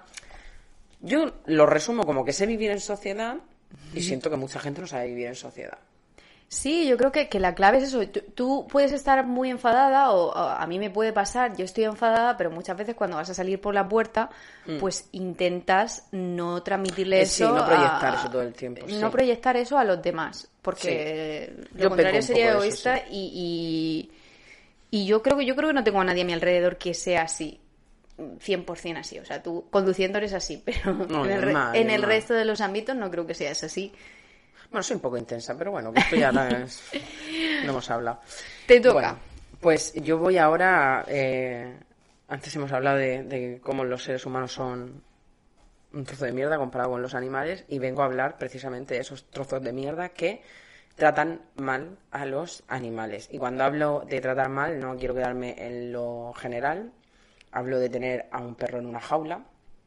yo lo resumo como que sé vivir en sociedad y siento que mucha gente no sabe vivir en sociedad. Sí, yo creo que, que la clave es eso. Tú, tú puedes estar muy enfadada o, o a mí me puede pasar, yo estoy enfadada, pero muchas veces cuando vas a salir por la puerta, mm. pues intentas no transmitirle eh, eso. Sí, no proyectar a, eso todo el tiempo. No sí. proyectar eso a los demás, porque sí. lo yo contrario sería eso, egoísta sí. y, y, y yo creo que yo creo que no tengo a nadie a mi alrededor que sea así. cien por ciento así, o sea, tú conduciendo eres así, pero no, en el, re- mal, en el mal. resto de los ámbitos no creo que seas así. Bueno, soy un poco intensa, pero bueno, que esto ya no, es... no hemos hablado. Te toca. Bueno, pues yo voy ahora... Eh... Antes hemos hablado de, de cómo los seres humanos son un trozo de mierda comparado con los animales, y vengo a hablar precisamente de esos trozos de mierda que tratan mal a los animales. Y cuando hablo de tratar mal, no quiero quedarme en lo general. Hablo de tener a un perro en una jaula.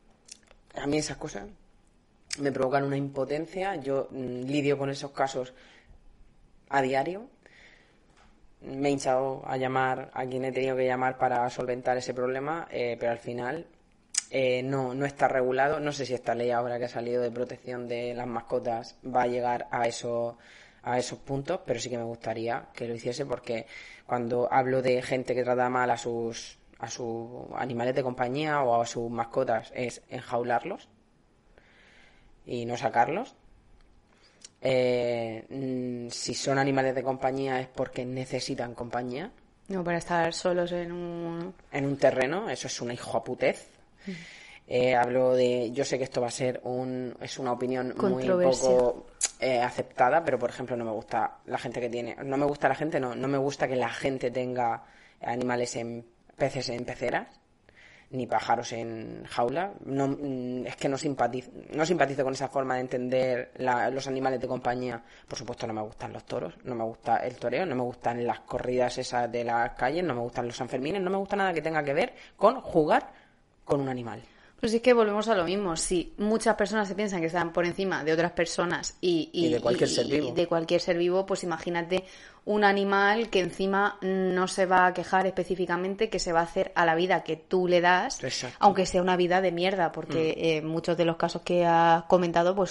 A mí esas cosas me provocan una impotencia. Yo mmm, lidio con esos casos a diario. Me he hinchado a llamar a quien he tenido que llamar para solventar ese problema, eh, pero al final eh, no, no está regulado. No sé si esta ley ahora que ha salido de protección de las mascotas va a llegar a eso, a esos puntos, pero sí que me gustaría que lo hiciese, porque cuando hablo de gente que trata mal a sus, a sus animales de compañía o a sus mascotas es enjaularlos y no sacarlos. Eh, si son animales de compañía es porque necesitan compañía. No para estar solos en un... En un terreno, eso es una hijoputez. Mm. Eh, hablo de... Yo sé que esto va a ser un... Es una opinión muy poco eh, aceptada, pero por ejemplo no me gusta la gente que tiene... No me gusta la gente, no. No me gusta que la gente tenga animales en... peces en peceras, ni pájaros en jaula. No, es que no simpatizo, no simpatizo con esa forma de entender la, los animales de compañía. Por supuesto no me gustan los toros, no me gusta el toreo, no me gustan las corridas esas de las calles, no me gustan los sanfermines, no me gusta nada que tenga que ver con jugar con un animal. Pues es que volvemos a lo mismo. Si muchas personas se piensan que están por encima de otras personas y, y, y de cualquier y, ser vivo, y de cualquier ser vivo, pues imagínate un animal que encima no se va a quejar específicamente, que se va a hacer a la vida que tú le das. Exacto. Aunque sea una vida de mierda, porque mm. eh, muchos de los casos que has comentado pues son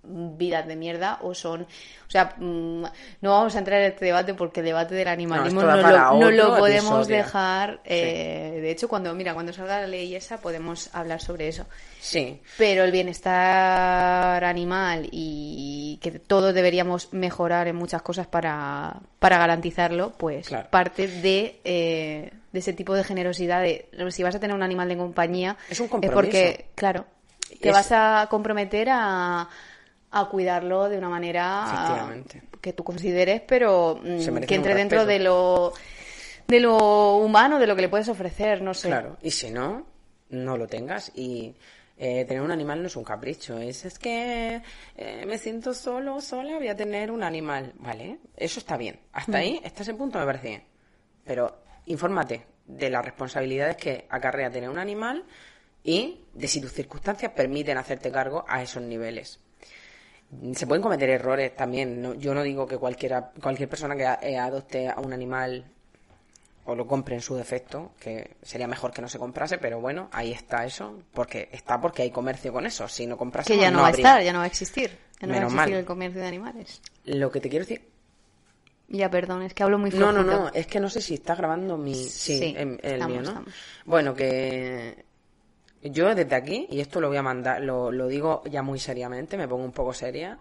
vidas de mierda o son... O sea, mmm, no vamos a entrar en este debate porque el debate del animalismo no, no, lo, no lo podemos episodio. dejar... Eh, sí. De hecho, cuando mira cuando salga la ley esa podemos hablar sobre eso. Sí. Pero el bienestar animal y que todos deberíamos mejorar en muchas cosas para, para garantizarlo, pues claro. parte de, eh, de ese tipo de generosidad. De, si vas a tener un animal de compañía... Es un compromiso. Es porque, claro, te es... vas a comprometer a... a cuidarlo de una manera que tú consideres, pero que entre dentro de lo de lo humano, de lo que le puedes ofrecer, no sé. Claro, y si no, no lo tengas. Y eh, tener un animal no es un capricho, es, es que eh, me siento solo, sola, voy a tener un animal. Vale, eso está bien. Hasta mm. ahí, hasta ese punto me parece bien. Pero infórmate de las responsabilidades que acarrea tener un animal y de si tus circunstancias permiten hacerte cargo a esos niveles. Se pueden cometer errores también. No, yo no digo que cualquiera, cualquier persona que a, eh, adopte a un animal o lo compre en su defecto, que sería mejor que no se comprase, pero bueno, ahí está eso, porque está porque hay comercio con eso. Si no comprase, que ya no, no va habría. a estar, ya no va a existir, ya no Menos va a existir mal. El comercio de animales. Lo que te quiero decir. Ya, perdón, es que hablo muy flojito. No, no, no, es que no sé si está grabando mi, sí, sí el, el estamos, mío, ¿no? Estamos. Bueno, que yo desde aquí, y esto lo voy a mandar, lo, lo digo ya muy seriamente, me pongo un poco seria.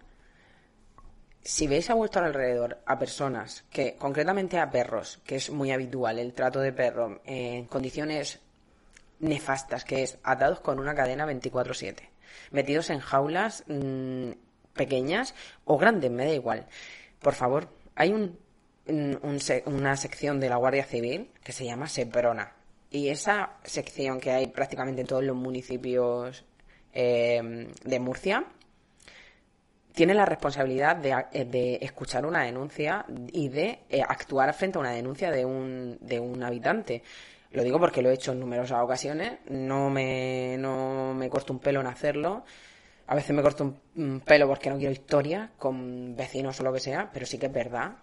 Si veis a vuestro alrededor a personas, que concretamente a perros, que es muy habitual el trato de perro en condiciones nefastas, que es atados con una cadena veinticuatro siete, metidos en jaulas mmm, pequeñas o grandes, me da igual. Por favor, hay un, un, un una sección de la Guardia Civil que se llama Seprona, y esa sección que hay prácticamente en todos los municipios eh, de Murcia tiene la responsabilidad de, de escuchar una denuncia y de eh, actuar frente a una denuncia de un, de un habitante. Lo digo porque lo he hecho en numerosas ocasiones, no me, no me corto un pelo en hacerlo. A veces me corto un, un pelo porque no quiero historia con vecinos o lo que sea, pero sí que es verdad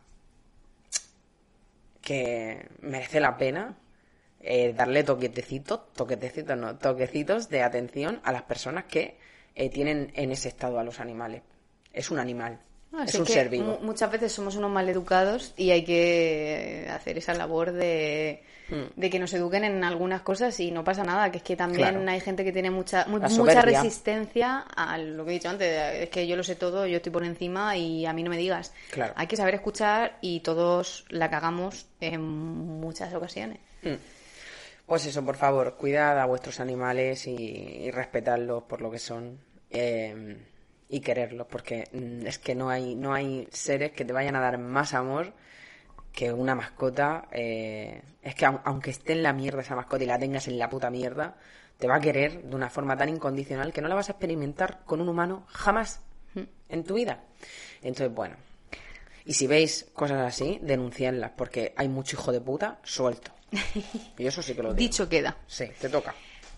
que merece la pena eh, darle toquetecitos, toquetecitos no, toquecitos de atención a las personas que eh, tienen en ese estado a los animales. Es un animal, no, es un ser vivo. Muchas veces somos unos maleducados y hay que hacer esa labor de, mm. de que nos eduquen en algunas cosas y no pasa nada, que es que también claro. hay gente que tiene mucha muy, mucha resistencia a lo que he dicho antes, es que yo lo sé todo, yo estoy por encima y a mí no me digas. Claro. Hay que saber escuchar y todos la cagamos en muchas ocasiones. Mm. Pues eso, por favor, cuidad a vuestros animales y, y respetadlos por lo que son. Eh, y quererlos, porque mm, es que no hay no hay seres que te vayan a dar más amor que una mascota. Eh, es que aun, aunque esté en la mierda esa mascota y la tengas en la puta mierda, te va a querer de una forma tan incondicional que no la vas a experimentar con un humano jamás en tu vida. Entonces, bueno, y si veis cosas así, denunciadlas, porque hay mucho hijo de puta suelto. Y eso sí que lo digo. Dicho queda. Sí, te toca.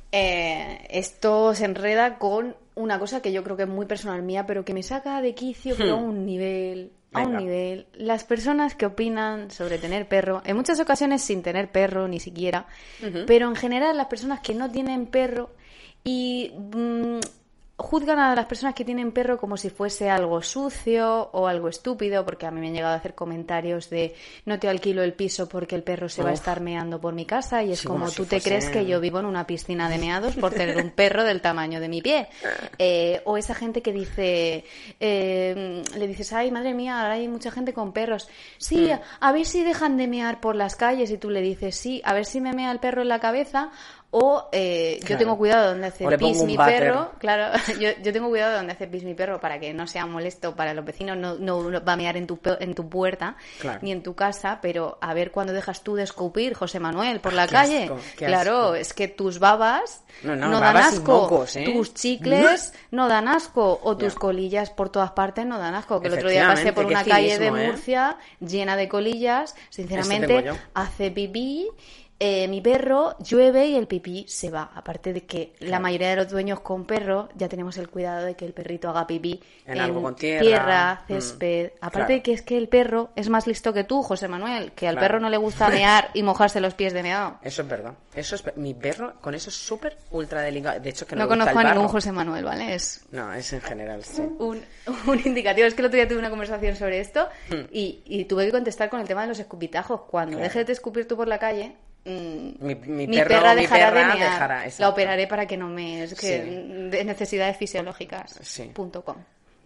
Eh, esto se enreda con una cosa que yo creo que es muy personal mía, pero que me saca de quicio, pero hmm. a un nivel, a Venga. un nivel. Las personas que opinan sobre tener perro, en muchas ocasiones sin tener perro ni siquiera, uh-huh. pero en general las personas que no tienen perro y mmm, juzgan a las personas que tienen perro como si fuese algo sucio o algo estúpido, porque a mí me han llegado a hacer comentarios de no te alquilo el piso porque el perro se Uf. va a estar meando por mi casa, y es sí, como, como si tú te fuese... crees que yo vivo en una piscina de meados por tener un perro del tamaño de mi pie. Eh, o esa gente que dice, eh, le dices, ay, madre mía, ahora hay mucha gente con perros. Sí, mm. a ver si dejan de mear por las calles, y tú le dices, sí, a ver si me mea el perro en la cabeza. O eh, claro. yo tengo cuidado donde hace pis mi bater. perro, claro, yo, yo tengo cuidado donde hace pis mi perro para que no sea molesto para los vecinos, no, no va a mear en tu en tu puerta claro. ni en tu casa, pero a ver cuándo dejas tú de escupir, José Manuel, por la qué calle. Asco, claro, asco. Es que tus babas no, no, no dan asco, mocos, ¿eh? Tus chicles no. no dan asco, o tus ya. colillas por todas partes no dan asco, que el otro día pasé por una calle de Murcia ¿eh? llena de colillas, sinceramente hace pipí Eh, mi perro llueve y el pipí se va. Aparte de que claro. la mayoría de los dueños con perro ya tenemos el cuidado de que el perrito haga pipí en, en algo con tierra, tierra césped. Mm, Aparte claro. de que es que el perro es más listo que tú, José Manuel, que al claro. perro no le gusta mear y mojarse los pies de meado. Eso es verdad. Eso es mi perro con eso es súper ultra delicado. De hecho, es que no, no le gusta conozco el a barro. ningún José Manuel, ¿vale? Es No, es en general, sí. Un, un indicativo. Es que el otro día tuve una conversación sobre esto Hmm. y, y tuve que contestar con el tema de los escupitajos. Cuando Claro. dejes de escupir tú por la calle, mmm, Mi, mi, mi perro, perra mi dejará perra de mear. dejará, La operaré para que no me... Es que Sí. de necesidades fisiológicas. Sí. Punto com.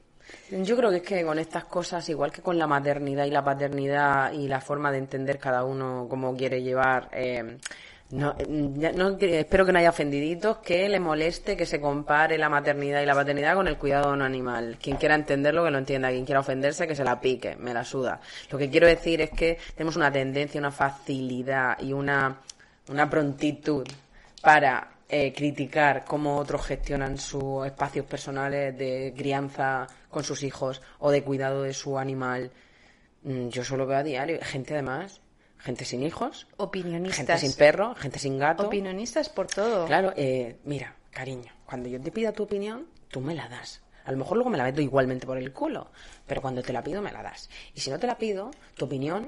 Yo creo que es que con estas cosas, igual que con la maternidad y la paternidad y la forma de entender cada uno cómo quiere llevar... Eh, no, ya, no, espero que no haya ofendiditos, que le moleste que se compare la maternidad y la paternidad con el cuidado de un animal. Quien quiera entenderlo, que lo entienda. Quien quiera ofenderse, que se la pique. Me la suda. Lo que quiero decir es que tenemos una tendencia, una facilidad y una, una prontitud para eh, criticar cómo otros gestionan sus espacios personales de crianza con sus hijos o de cuidado de su animal. Yo solo veo a diario gente además... Gente sin hijos, opinionistas, gente sin perro, gente sin gato. Opinionistas por todo. Claro, eh, mira, cariño, cuando yo te pida tu opinión, tú me la das. A lo mejor luego me la meto igualmente por el culo, pero cuando te la pido me la das. Y si no te la pido, tu opinión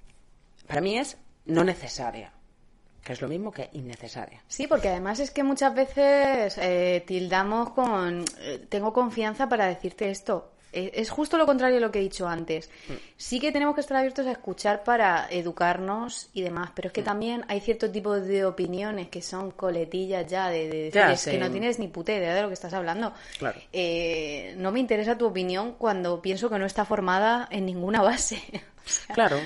para mí es no necesaria, que es lo mismo que innecesaria. Sí, porque además es que muchas veces eh, tildamos con eh, tengo confianza para decirte esto. Es justo lo contrario de lo que he dicho antes. Sí que tenemos que estar abiertos a escuchar para educarnos y demás, pero es que también hay cierto tipo de opiniones que son coletillas ya, de, de ya, decir, sí. que no tienes ni puta idea de lo que estás hablando. Claro. Eh, no me interesa tu opinión cuando pienso que no está formada en ninguna base. O sea, claro.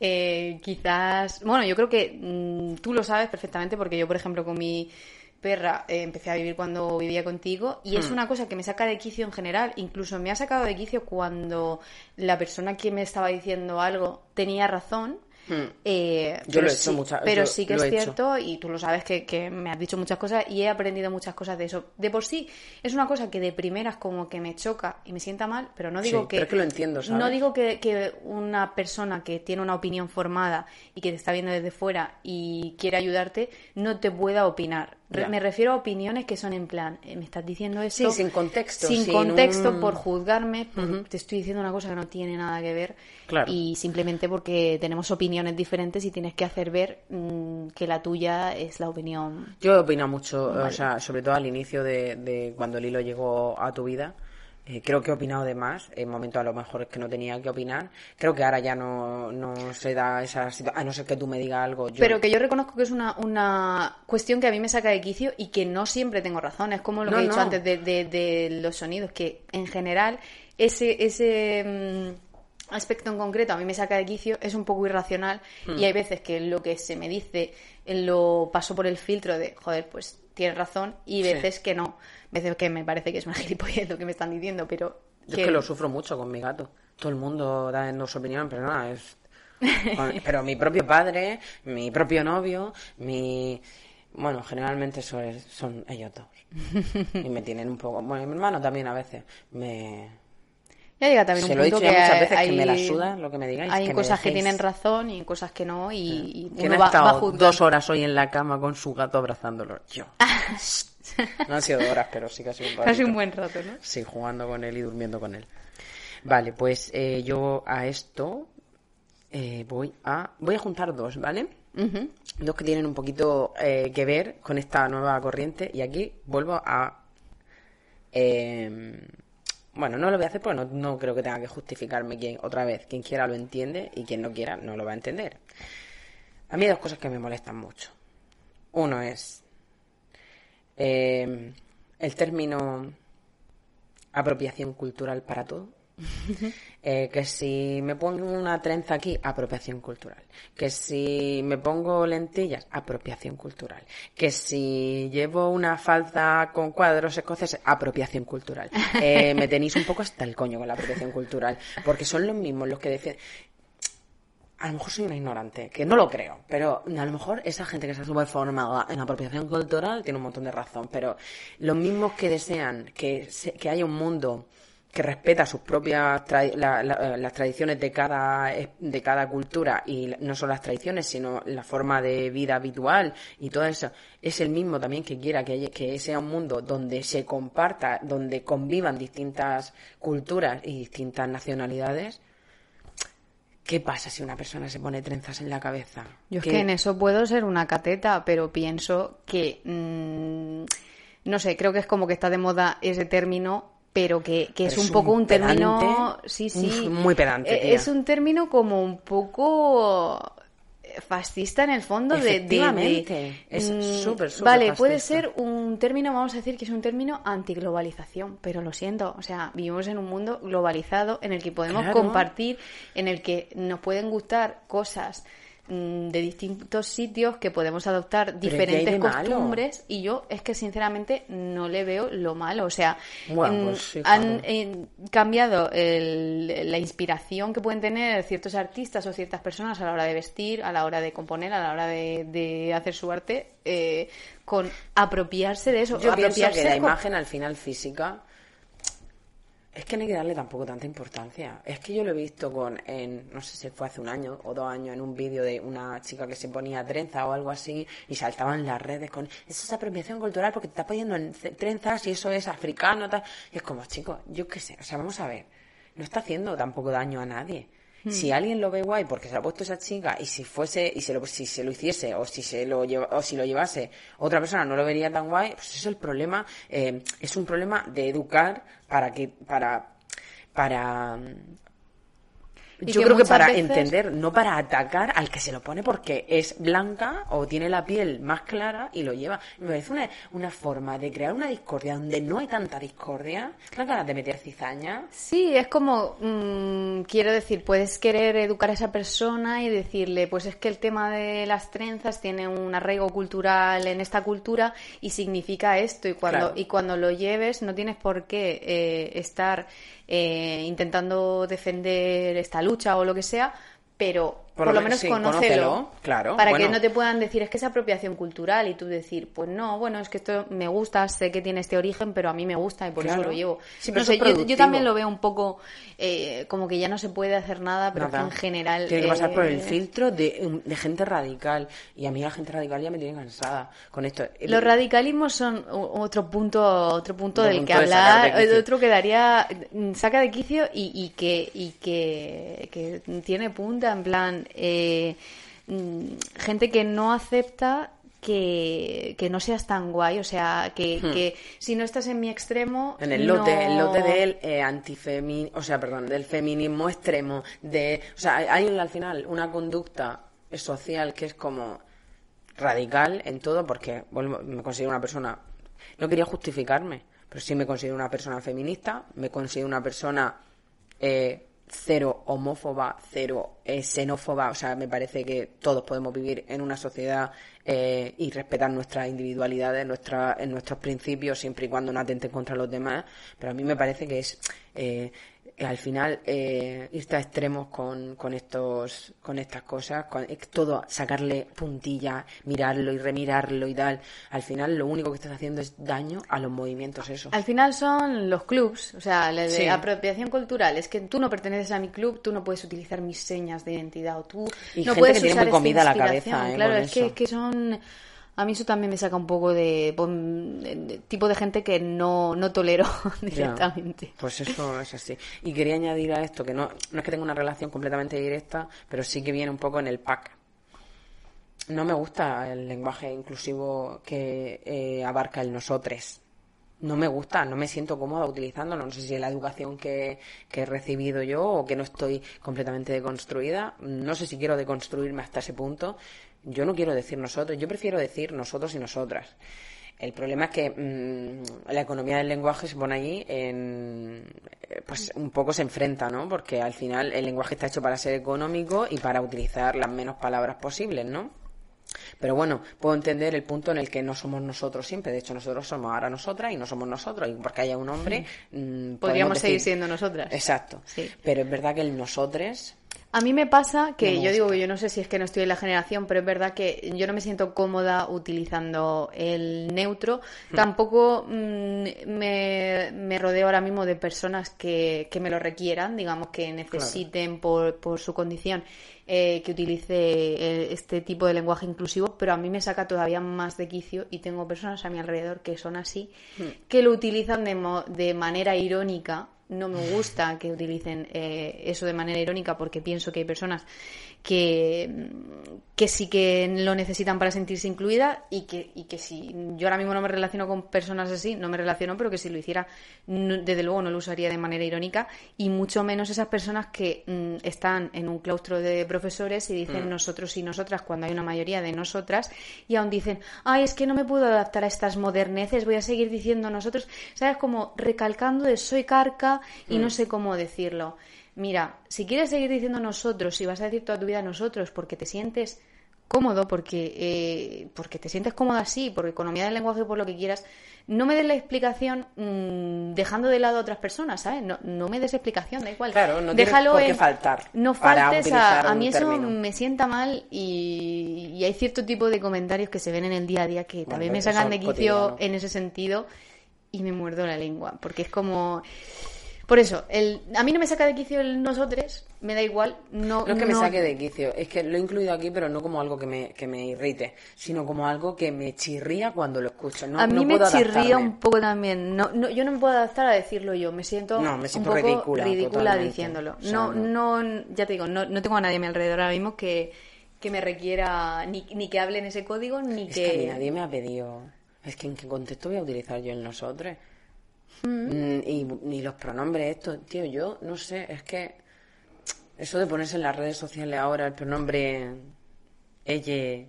Eh, quizás... Bueno, yo creo que mmm, tú lo sabes perfectamente porque yo, por ejemplo, con mi... perra, eh, empecé a vivir cuando vivía contigo y hmm. es una cosa que me saca de quicio en general. Incluso me ha sacado de quicio cuando la persona que me estaba diciendo algo tenía razón. Hmm. Eh, yo lo he sí, hecho muchas pero yo sí que lo es he cierto hecho. Y tú lo sabes que, que me has dicho muchas cosas y he aprendido muchas cosas de eso. De por sí es una cosa que de primeras como que me choca y me sienta mal, pero no digo sí, que, pero es que lo entiendo, ¿sabes? No digo que, que una persona que tiene una opinión formada y que te está viendo desde fuera y quiere ayudarte no te pueda opinar. Re- me refiero a opiniones que son en plan, eh, me estás diciendo esto sí, sin contexto, sin, sin contexto un... por juzgarme, por, uh-huh. te estoy diciendo una cosa que no tiene nada que ver, claro. Y simplemente porque tenemos opiniones diferentes y tienes que hacer ver mmm, que la tuya es la opinión. Yo he opinado mucho, vale. O sea, sobre todo al inicio de, de cuando Lilo llegó a tu vida. Eh, creo que he opinado de más, en momentos a lo mejor es que no tenía que opinar. Creo que ahora ya no, no se da esa situación, a no ser que tú me digas algo. Yo... Pero que yo reconozco que es una, una cuestión que a mí me saca de quicio y que no siempre tengo razón. Es como lo no, que he dicho no. antes de, de, de los sonidos, que en general ese... ese mmm, aspecto en concreto a mí me saca de quicio, es un poco irracional hmm. y hay veces que lo que se me dice lo paso por el filtro de, joder, pues tienes razón y veces sí. que no. Veces que me parece que es una gilipollez lo que me están diciendo, pero... Yo que... es que lo sufro mucho con mi gato. Todo el mundo da su opinión, pero nada, es... pero mi propio padre, mi propio novio, mi... Bueno, generalmente eso es, son ellos dos. Y me tienen un poco... Bueno, mi hermano también a veces me... Ya llega también Se un lo he punto dicho ya que muchas veces hay, que me la suda lo que me digáis. Hay que cosas me que tienen razón y cosas que no, y, y ¿Quién uno ha va, estado va a juzgar? dos horas hoy en la cama con su gato abrazándolo? Yo. No han sido horas, pero sí que ha sido un rato. Casi un buen rato, ¿no? Sí, jugando con él y durmiendo con él. Vale, pues eh, yo a esto eh, voy a voy a juntar dos, ¿vale? Uh-huh. Dos que tienen un poquito eh, que ver con esta nueva corriente y aquí vuelvo a... Eh, Bueno, no lo voy a hacer porque no, no creo que tenga que justificarme quien, otra vez. Quien quiera lo entiende y quien no quiera no lo va a entender. A mí hay dos cosas que me molestan mucho. Uno es eh, el término apropiación cultural para todo. Eh, que si me pongo una trenza aquí, apropiación cultural. Que si me pongo lentillas, apropiación cultural. Que si llevo una falda con cuadros escoceses, apropiación cultural. Eh, me tenéis un poco hasta el coño con la apropiación cultural, porque son los mismos los que defienden. A lo mejor soy una ignorante, que no lo creo, pero a lo mejor esa gente que está súper formada en apropiación cultural tiene un montón de razón, pero los mismos que desean que, se, que haya un mundo que respeta sus propias tra- la, la, las tradiciones de cada de cada cultura, y no solo las tradiciones sino la forma de vida habitual y todo eso, es el mismo también que quiera que, haya, que sea un mundo donde se comparta, donde convivan distintas culturas y distintas nacionalidades. ¿Qué pasa si una persona se pone trenzas en la cabeza? Yo es ¿Qué? que en eso puedo ser una cateta, pero pienso que mmm, no sé, creo que es como que está de moda ese término, pero que, que es Pero un es poco un un término... pedante. Sí, sí. Uf, muy pedante, Eh, tía. Es un término como un poco fascista en el fondo. de, de, de Efectivamente. Es mm, súper, súper Vale, puede fascista. ser un término, vamos a decir que es un término antiglobalización, pero lo siento, o sea, vivimos en un mundo globalizado en el que podemos Claro. compartir, en el que nos pueden gustar cosas de distintos sitios, que podemos adoptar Pero ¿qué hay diferentes de malo? costumbres, y yo es que sinceramente no le veo lo malo. O sea, Bueno, mm, pues sí, han claro. eh, cambiado el- la inspiración que pueden tener ciertos artistas o ciertas personas a la hora de vestir, a la hora de componer, a la hora de, de hacer su arte, eh, con apropiarse de eso. Yo pienso apropiarse que la con- imagen al final física es que no hay que darle tampoco tanta importancia. Es que yo lo he visto con, en, no sé si fue hace un año o dos años, en un vídeo de una chica que se ponía trenza o algo así y saltaban las redes con, eso es apropiación cultural porque te estás poniendo en ce- trenzas y eso es africano, tal. Y es como, chicos, yo qué sé, o sea, vamos a ver, no está haciendo tampoco daño a nadie. Si alguien lo ve guay porque se lo ha puesto esa chica, y si fuese y se lo, si se lo hiciese o si se lo lleva, o si lo llevase otra persona no lo vería tan guay, pues eso es el problema. Eh, es un problema de educar para que para para Y yo que creo que muchas para veces- entender, no para atacar al que se lo pone porque es blanca o tiene la piel más clara y lo lleva. Me parece una, una forma de crear una discordia donde no hay tanta discordia. ¿No ganas de meter cizaña? Sí, es como, mm, quiero decir, puedes querer educar a esa persona y decirle, pues es que el tema de las trenzas tiene un arraigo cultural en esta cultura y significa esto, y cuando, Claro. y cuando lo lleves no tienes por qué eh, estar eh, intentando defender esta lucha o lo que sea, pero Por por, lo lo menos menos sí, conócelo, conócelo, claro, para bueno. que no te puedan decir es que es apropiación cultural, y tú decir, pues no, bueno, es que esto me gusta, sé que tiene este origen, pero a mí me gusta y por Claro. eso lo llevo. Sí, pero No eso sé, es yo, yo productivo. también lo veo un poco eh, como que ya no se puede hacer nada, pero Nada. que en general... Tiene que pasar por el eh, filtro de, de gente radical. Y a mí la gente radical ya me tiene cansada con esto. Los radicalismos son u- otro punto otro punto Otro del punto que de sacar hablar, de quicio. otro que daría, mm, saca de quicio y, y que y que, que tiene punta, en plan, eh, mm, gente que no acepta que, que no seas tan guay, o sea, que, Hmm. que si no estás en mi extremo... En el no- lote, el lote del eh, antifemi, o sea, perdón, del feminismo extremo, de, o sea, hay al final una conducta social que es como radical en todo, porque vuelvo, me considero una persona, no quería justificarme, pero sí me considero una persona feminista, me considero una persona eh, cero homófoba, cero eh, xenófoba, o sea, me parece que todos podemos vivir en una sociedad eh, y respetar nuestras individualidades, nuestra, en nuestros principios, siempre y cuando no atenten contra los demás, pero a mí me parece que es eh, al final eh, irte a extremos con, con estos con estas cosas, con es todo sacarle puntilla, mirarlo y remirarlo y tal, al final lo único que estás haciendo es daño a los movimientos esos. Al final son los clubs, o sea, la de Sí. apropiación cultural. Es que tú no perteneces a mi club, tú no puedes utilizar mis señas de identidad, o tú Y no gente puedes que tiene usar muy esta comida la inspiración. cabeza, ¿eh? Claro, con es que, eso. es que son... A mí eso también me saca un poco de, pon- de tipo de gente que no, no tolero directamente. Ya, pues eso es así. Y quería añadir a esto que no, no es que tenga una relación completamente directa, pero sí que viene un poco en el pack. No me gusta el lenguaje inclusivo que eh, abarca el nosotres. No me gusta, no me siento cómoda utilizándolo. No sé si es la educación que, que he recibido yo o que no estoy completamente deconstruida. No sé si quiero deconstruirme hasta ese punto. Yo no quiero decir nosotros, yo prefiero decir nosotros y nosotras. El problema es que mmm, la economía del lenguaje se pone allí en, pues un poco se enfrenta, ¿no? Porque al final el lenguaje está hecho para ser económico y para utilizar las menos palabras posibles, ¿no? Pero bueno, puedo entender el punto en el que no somos nosotros siempre. De hecho, nosotros somos ahora nosotras y no somos nosotros. Y porque haya un hombre... mmm, Podríamos podemos seguir decir- siendo nosotras. Exacto. Sí. Pero es verdad que el nosotres... A mí me pasa que No me yo digo gusta. que yo no sé si es que no estoy en la generación, pero es verdad que yo no me siento cómoda utilizando el neutro. Tampoco mm, me, me rodeo ahora mismo de personas que, que me lo requieran, digamos, que necesiten por, por su condición eh, que utilice eh, este tipo de lenguaje inclusivo, pero a mí me saca todavía más de quicio y tengo personas a mi alrededor que son así, que lo utilizan de, mo- de manera irónica. No me gusta que utilicen eh, eso de manera irónica porque pienso que hay personas que, que sí que lo necesitan para sentirse incluida y que, y que si yo ahora mismo no me relaciono con personas así, no me relaciono, pero que si lo hiciera, no- desde luego no lo usaría de manera irónica y mucho menos esas personas que mm, están en un claustro de profesores y dicen Mm. nosotros y nosotras cuando hay una mayoría de nosotras y aún dicen, ay, es que no me puedo adaptar a estas moderneces, voy a seguir diciendo nosotros, ¿sabes? Como recalcando de soy carca y no sé cómo decirlo. Mira, si quieres seguir diciendo nosotros, si vas a decir toda tu vida nosotros porque te sientes cómodo, porque, eh, porque te sientes cómodo así, por economía del lenguaje, por lo que quieras, no me des la explicación mmm, dejando de lado a otras personas, ¿sabes? No, no me des explicación, da igual. Claro, no tienes Déjalo por qué en- faltar No para faltes a, utilizar a un mí eso término. me sienta mal y, y hay cierto tipo de comentarios que se ven en el día a día que Bueno, también me eso sacan de es quicio cotidiano. en ese sentido y me muerdo la lengua, porque es como... Por eso, el, a mí no me saca de quicio el nosotros, me da igual. No, No es que me no- saque de quicio, es que lo he incluido aquí, pero no como algo que me, que me irrite, sino como algo que me chirría cuando lo escucho. No, a mí no me puedo chirría adaptarme. un poco también. No, no, yo no me puedo adaptar a decirlo yo, me siento, No, me siento un poco ridícula, ridícula totalmente. diciéndolo. O sea, no, no. no, ya te digo, no, no tengo a nadie a mi alrededor ahora mismo que, que me requiera ni, ni que hable en ese código, ni Es que... que a mí nadie me ha pedido. Es que en qué contexto voy a utilizar yo el nosotros. Mm, y ni los pronombres estos, tío, yo no sé, es que eso de ponerse en las redes sociales ahora el pronombre ella,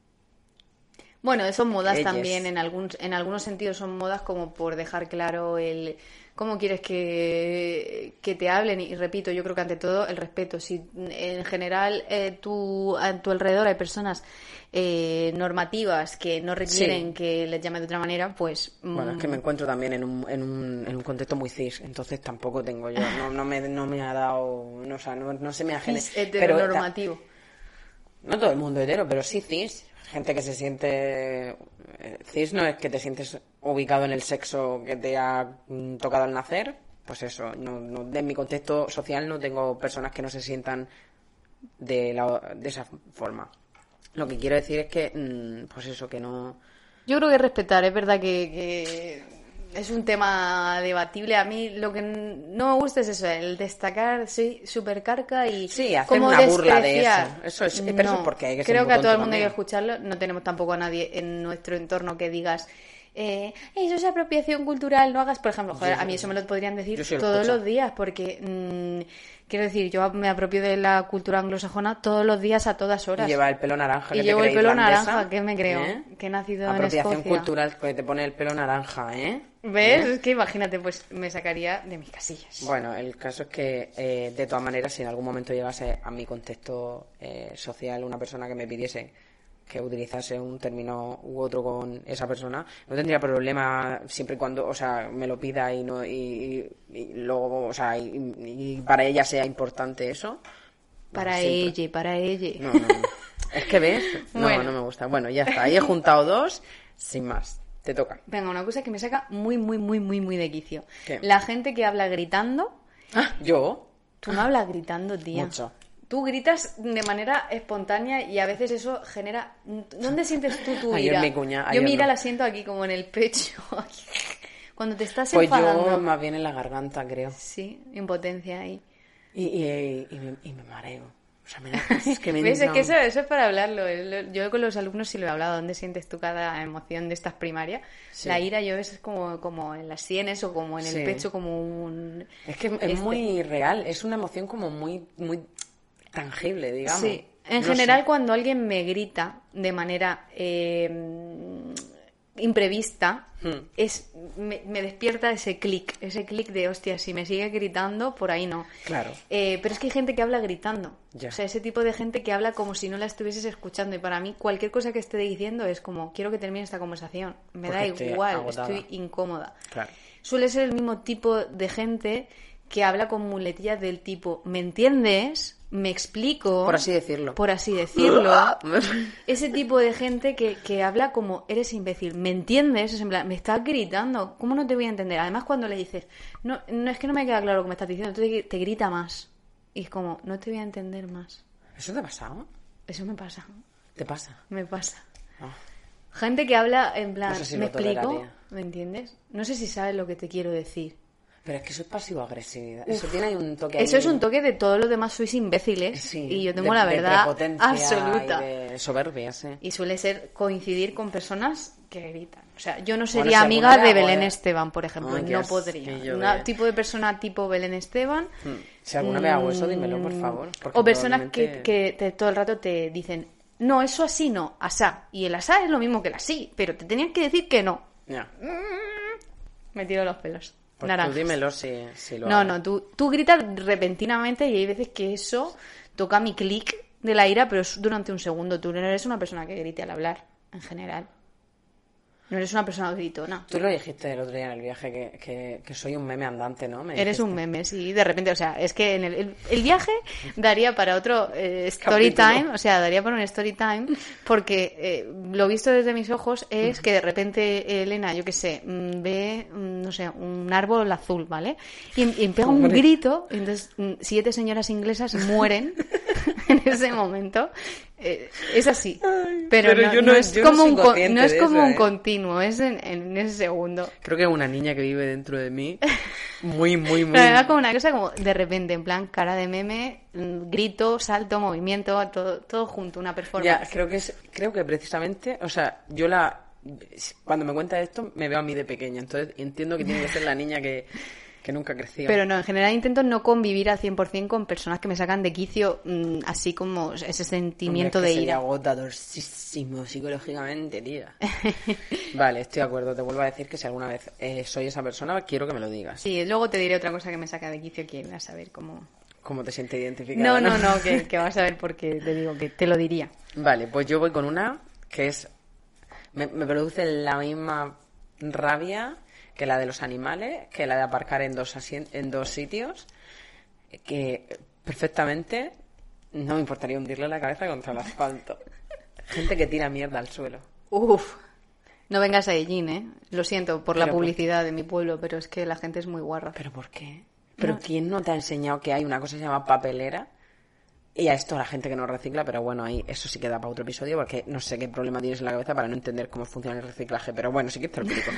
Bueno, son modas ellas. también, en algún, en algunos sentidos son modas como por dejar claro el cómo quieres que, que te hablen y repito, yo creo que ante todo el respeto. Si en general eh, tú, a tu alrededor hay personas eh, normativas que no requieren Sí. que les llame de otra manera, pues... Bueno, es que mm, me encuentro también en un, en un, en un contexto muy cis, entonces tampoco tengo yo, no, no me, no me ha dado, no, o sea, no, no se me ha cis generado. Pero ta- heteronormativo. no todo el mundo hetero, pero sí cis. Gente que se siente... eh, Cis no es que te sientes ubicado en el sexo que te ha mm, tocado al nacer. Pues eso, no, no, en mi contexto social no tengo personas que no se sientan de, la, de esa forma. Lo que quiero decir es que, mm, pues eso, que no... Yo creo que respetar, es verdad que, que es un tema debatible. A mí lo que no me gusta es eso, el destacar, soy súper carca y Sí, hacer como una burla de despreciar. eso. Eso es- pero eso es porque hay que ser creo muy que a todo el tonto mundo hay que también. escucharlo. No tenemos tampoco a nadie en nuestro entorno que digas, eh, eso es apropiación cultural, no hagas, por ejemplo, joder, Yo- a mí eso me lo podrían decir yo sí lo todos escucho. los días, porque mm, quiero decir, yo me apropio de la cultura anglosajona todos los días a todas Y horas. lleva el pelo naranja. Y ¿qué te llevo el crees, pelo irlandesa? naranja, ¿qué me creo? ¿Eh? Que he nacido en Apropiación Escocia. cultural que te pone el pelo naranja, ¿eh? ¿Ves? ¿Eh? Es que imagínate, pues me sacaría de mis casillas. Bueno, el caso es que, eh, de todas maneras, si en algún momento llegase a mi contexto eh, social una persona que me pidiese que utilizase un término u otro con esa persona, no tendría problema siempre y cuando, o sea, me lo pida y no y, y- y luego, o sea, y, y para ella sea importante eso. Para siempre. ella, para ella. No, no, no. Es que ves, no, Bueno. no me gusta. Bueno, ya está. Ahí he juntado dos, sin más. Te toca. Venga, una cosa que me saca muy, muy, muy, muy, muy de quicio. ¿Qué? La gente que habla gritando. Ah, yo. Tú no hablas gritando, tía. Mucho. Tú gritas de manera espontánea y a veces eso genera... ¿Dónde sientes tú tu Ayer ira? mi cuña- Yo ayer mi ira no. la siento aquí, como en el pecho. Cuando te estás Pues enfadando. yo más bien en la garganta, creo. Sí, impotencia ahí. Y, y, y, me, y me mareo. O sea, me da, es que me ¿Ves? Es entra que un- eso, eso es para hablarlo. El- Yo con los alumnos sí lo he hablado. ¿Dónde sientes tú cada emoción de estas primarias? Sí. La ira yo es como, como en las sienes o como en el Sí. pecho, como un... Es que es Este- muy real. Es una emoción como muy, muy tangible, digamos. Sí. En No general, sé. cuando alguien me grita de manera eh, imprevista, Hmm. es me, me despierta ese clic, ese clic de, hostia, si me sigue gritando, por ahí no. Claro. Eh, pero es que hay gente que habla gritando. Ya. O sea, ese tipo de gente que habla como si no la estuvieses escuchando. Y para mí, cualquier cosa que esté diciendo es como, quiero que termine esta conversación. Me Porque da estoy igual, agotada. estoy incómoda. Claro. Suele ser el mismo tipo de gente que habla con muletillas del tipo, ¿me entiendes? Me explico. Por así decirlo. Por así decirlo. Ese tipo de gente que, que habla como eres imbécil. ¿Me entiendes? Es en plan, me estás gritando. ¿Cómo no te voy a entender? Además, cuando le dices, no, no es que no me queda claro lo que me estás diciendo, te, te grita más. Y es como, no te voy a entender más. ¿Eso te ha pasado? Eso me pasa. ¿Te pasa? Me pasa. Oh. Gente que habla en plan, No sé si ¿me lo explico? toleraría. ¿Me entiendes? No sé si sabes lo que te quiero decir. Pero es que eso es pasivo-agresividad. Eso tiene ahí un toque. Eso ahí... es un toque de todos los demás sois imbéciles. Sí, y yo tengo de, la de verdad prepotencia absoluta. Y de soberbia, sí. Y suele ser coincidir con personas que gritan. O sea, yo no sería Bueno, si amiga alguna de vez, Belén joder. Esteban, por ejemplo. Ay, qué no podría. asquillo Un de- tipo de persona tipo Belén Esteban. Hmm. Si alguna vez hago eso, dímelo, por favor. porque O personas probablemente- que, que te- todo el rato te dicen, no, eso así no, asá. Y el asá es lo mismo que el así, pero te tenían que decir que no. Ya. Me tiro los pelos. Pues Naranjas. tú dímelo si, si lo No, hago. no, tú, tú gritas repentinamente y hay veces que eso toca mi clic de la ira, pero es durante un segundo. Tú no eres una persona que grite al hablar, en general. No eres una persona gritona. Tú lo dijiste el otro día en el viaje, que, que, que soy un meme andante, ¿no? Me Eres dijiste. un meme, sí, de repente, o sea, es que en el, el, el viaje daría para otro eh, story Capítulo. time, o sea, daría para un story time, porque eh, lo visto desde mis ojos es que de repente Elena, yo qué sé, mm, ve, mm, no sé, un árbol azul, ¿vale? Y, y pega un Hombre. grito, y entonces mm, siete señoras inglesas mueren en ese momento. Eh, es así, pero, pero no, yo no no- es yo no como soy un, co- consciente no es de como eso, un ¿eh? continuo, es en, en ese segundo. Creo que es una niña que vive dentro de mí. Muy, muy, muy... Pero era como una cosa como de repente, en plan, cara de meme, mm, grito, salto, movimiento, todo, todo junto, una Ya, performance. creo que es, creo que precisamente, o sea, yo la... Cuando me cuenta esto, me veo a mí de pequeña. Entonces entiendo que tiene que ser la niña que, que nunca creció. Pero no, en general intento no convivir al cien por ciento con personas que me sacan de quicio, mm, así como ese sentimiento Hombre, es que de sería ira. agotadorísimo psicológicamente, tía. Vale, estoy de acuerdo. Te vuelvo a decir que si alguna vez eh, soy esa persona, quiero que me lo digas. Sí, luego te diré otra cosa que me saca de quicio que vas a ver cómo... ¿Cómo te sientes identificada? No, no, no, que, que vas a ver porque te digo que te lo diría. Vale, pues yo voy con una que es... Me, me produce la misma rabia que la de los animales, que la de aparcar en dos, asien- en dos sitios, que perfectamente no me importaría hundirle la cabeza contra el asfalto. Gente que tira mierda al suelo. Uf, no vengas a Ellín, ¿eh? Lo siento por la Pero, publicidad de mi pueblo, pero es que la gente es muy guarra. ¿Pero por qué? ¿Pero No. quién no te ha enseñado que hay una cosa que se llama papelera? Y a esto la gente que no recicla, pero bueno, ahí eso sí queda para otro episodio, porque no sé qué problema tienes en la cabeza para no entender cómo funciona el reciclaje, pero bueno, sí que te lo explico.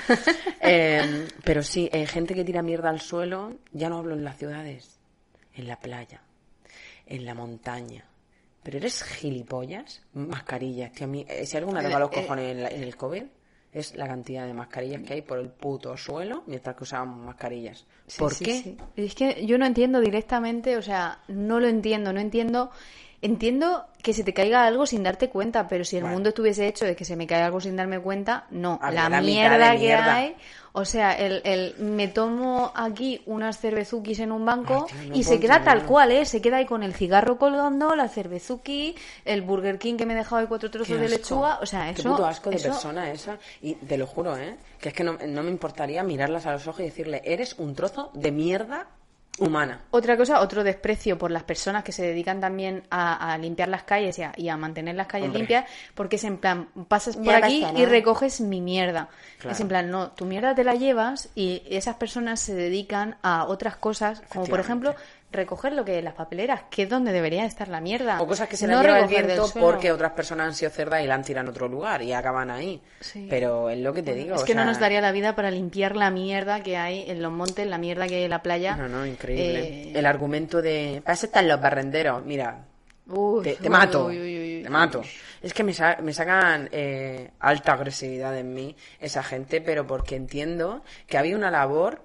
Eh, pero sí, eh, gente que tira mierda al suelo, ya no hablo en las ciudades, en la playa, en la montaña. ¿Pero eres gilipollas? Mascarillas, que a mí, eh, si algo me ha tocado los Eh, eh. cojones en, la- en el COVID, es la cantidad de mascarillas que hay por el puto suelo mientras que usábamos mascarillas. Sí, ¿Por sí, qué? sí. Es que yo no entiendo directamente, o sea, no lo entiendo, no entiendo. Entiendo que se te caiga algo sin darte cuenta, pero si el Bueno. mundo estuviese hecho de que se me cae algo sin darme cuenta, no. Habría La, la mitad mierda de que mierda. hay, o sea, el, el me tomo aquí unas cervezukis en un banco Ay, tío, no y se puedo queda tal entenderlo. cual, ¿eh? Se queda ahí con el cigarro colgando, la cervezuki, el Burger King que me he dejado ahí cuatro trozos Qué de asco. lechuga, o sea, eso... Qué puto asco de eso- persona esa. Y te lo juro, ¿eh? Que es que no, no me importaría mirarlas a los ojos y decirle, eres un trozo de mierda humana. Otra cosa, otro desprecio por las personas que se dedican también a, a limpiar las calles y a, y a mantener las calles Hombre. limpias, porque es en plan, pasas por Ya aquí basta, y ¿no? recoges mi mierda. Claro. Es en plan, no, tu mierda te la llevas y esas personas se dedican a otras cosas, como por ejemplo Efectivamente. recoger lo que es las papeleras, que es donde debería estar la mierda. O cosas que se No la lleva el recoger del viento suelo. porque otras personas han sido cerdas y la han tirado en otro lugar y acaban ahí. Sí. Pero es lo que te digo. Es o que no sea, nos daría la vida para limpiar la mierda que hay en los montes, la mierda que hay en la playa. No, no, increíble. Eh, El argumento de... Para eso están los barrenderos. Mira, Uf, te, te uy, mato, uy, uy, uy, te uy. mato. Es que me, sa- me sacan eh, alta agresividad en mí esa gente, pero porque entiendo que había una labor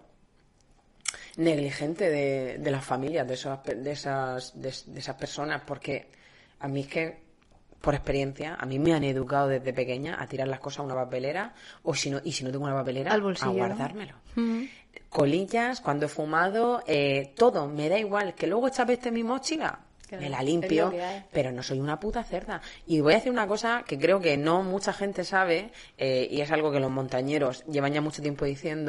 negligente de, de las familias, de esas, pe- de, esas, de, de esas personas, porque a mí es que, por experiencia, a mí me han educado desde pequeña a tirar las cosas a una papelera, o si no, y si no tengo una papelera, Al bolsillo, a ¿no? guardármelo. Mm. Colillas, cuando he fumado, eh, todo, me da igual. Que luego esta vez en mi mochila, Claro, me la es limpio, lo que hay. pero no soy una puta cerda. Y voy a decir una cosa que creo que no mucha gente sabe, eh, y es algo que los montañeros llevan ya mucho tiempo diciendo,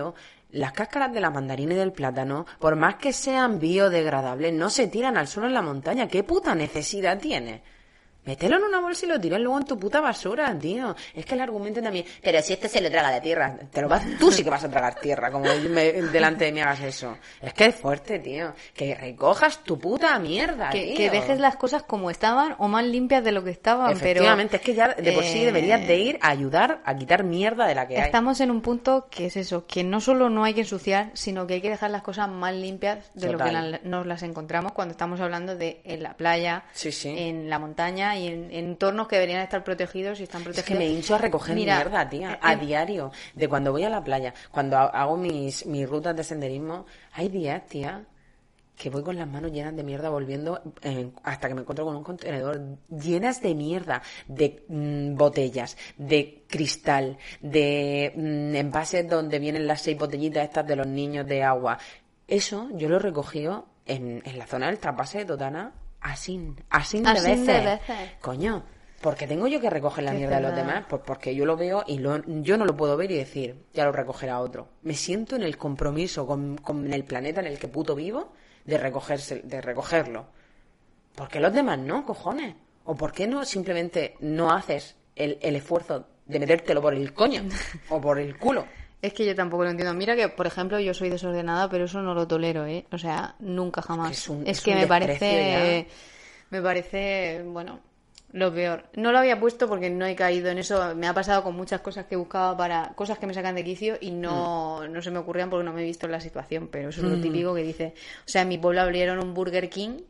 las cáscaras de la mandarina y del plátano, por más que sean biodegradables, no se tiran al suelo en la montaña. ¿Qué puta necesidad tiene? Mételo en una bolsa y lo tiras luego en tu puta basura, tío. Es que el argumento también... Pero si este se le traga de tierra, te lo vas... Tú sí que vas a tragar tierra, como me, delante de mí hagas eso. Es que es fuerte, tío. Que recojas tu puta mierda, que, tío. que dejes las cosas como estaban o más limpias de lo que estaban. Efectivamente, pero, es que ya de por sí eh, deberías de ir a ayudar a quitar mierda de la que hay. Estamos en un punto que es eso, que no solo no hay que ensuciar, sino que hay que dejar las cosas más limpias de Total. lo que la, nos las encontramos cuando estamos hablando de en la playa, Sí, sí. en la montaña y en, en entornos que deberían estar protegidos y están protegidos. Es que me hincho a recoger Mira, mierda, tía, eh, a eh, diario. De cuando voy a la playa, cuando ha- hago mis, mis rutas de senderismo, hay días, tía, que voy con las manos llenas de mierda volviendo eh, hasta que me encuentro con un contenedor llenas de mierda, de mm, botellas, de cristal, de mm, envases donde vienen las seis botellitas estas de los niños de agua. Eso yo lo he recogido en, en la zona del trasvase de Totana así, así de Así veces. de veces. Coño, porque tengo yo que recoger la Que mierda de los verdad. demás, pues porque yo lo veo y lo, yo no lo puedo ver y decir, ya lo recogerá otro. Me siento en el compromiso con, con el planeta en el que puto vivo de recogerse, de recogerlo. ¿Por qué los demás no, cojones? ¿O por qué no simplemente no haces el, el esfuerzo de metértelo por el coño o por el culo? Es que yo tampoco lo entiendo. Mira que, por ejemplo, yo soy desordenada, pero eso no lo tolero, ¿eh? O sea, nunca jamás. Es que, es un- es es que un me desprecio parece... ya. Me parece, bueno, lo peor. No lo había puesto porque no he caído en eso. Me ha pasado con muchas cosas que buscaba para... Cosas que me sacan de quicio y no, Mm. no se me ocurrían porque no me he visto en la situación. Pero eso es lo típico que dice... O sea, en mi pueblo abrieron un Burger King...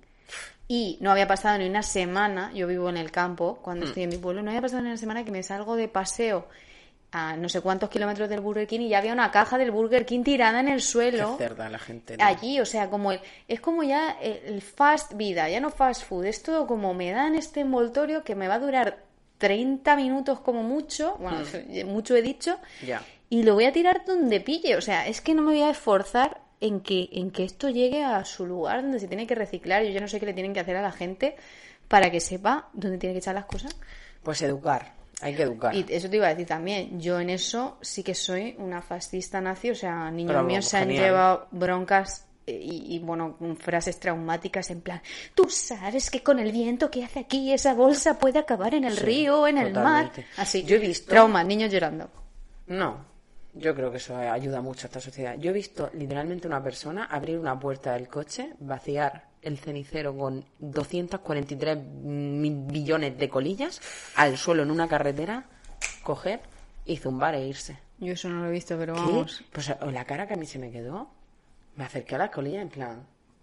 Y no había pasado ni una semana, yo vivo en el campo, cuando Mm. estoy en mi pueblo, no había pasado ni una semana que me salgo de paseo a no sé cuántos kilómetros del Burger King y ya había una caja del Burger King tirada en el Qué suelo. cerda la gente, ¿no? Allí, o sea, como el, es como ya el, el fast vida, ya no fast food, es todo como me dan este envoltorio que me va a durar treinta minutos como mucho, bueno, mucho he dicho, Ya. y lo voy a tirar donde pille, o sea, es que no me voy a esforzar en que, en que esto llegue a su lugar donde se tiene que reciclar. Yo ya no sé qué le tienen que hacer a la gente para que sepa dónde tiene que echar las cosas. Pues educar, hay que educar. Y eso te iba a decir también, yo en eso sí que soy una fascista nazi, o sea, niños Pero, míos se han genial. llevado broncas y, y, bueno, frases traumáticas en plan, tú sabes que con el viento que hace aquí esa bolsa puede acabar en el Sí, río o en el mar. totalmente. Así, Yo he visto- trauma, niños llorando. No, yo creo que eso ayuda mucho a esta sociedad. Yo he visto literalmente una persona abrir una puerta del coche, vaciar el cenicero con doscientos cuarenta y tres mil billones de colillas al suelo en una carretera, coger y zumbar e irse. Yo eso no lo he visto, pero ¿Qué? vamos. Pues la cara que a mí se me quedó, me acerqué a las colillas en plan,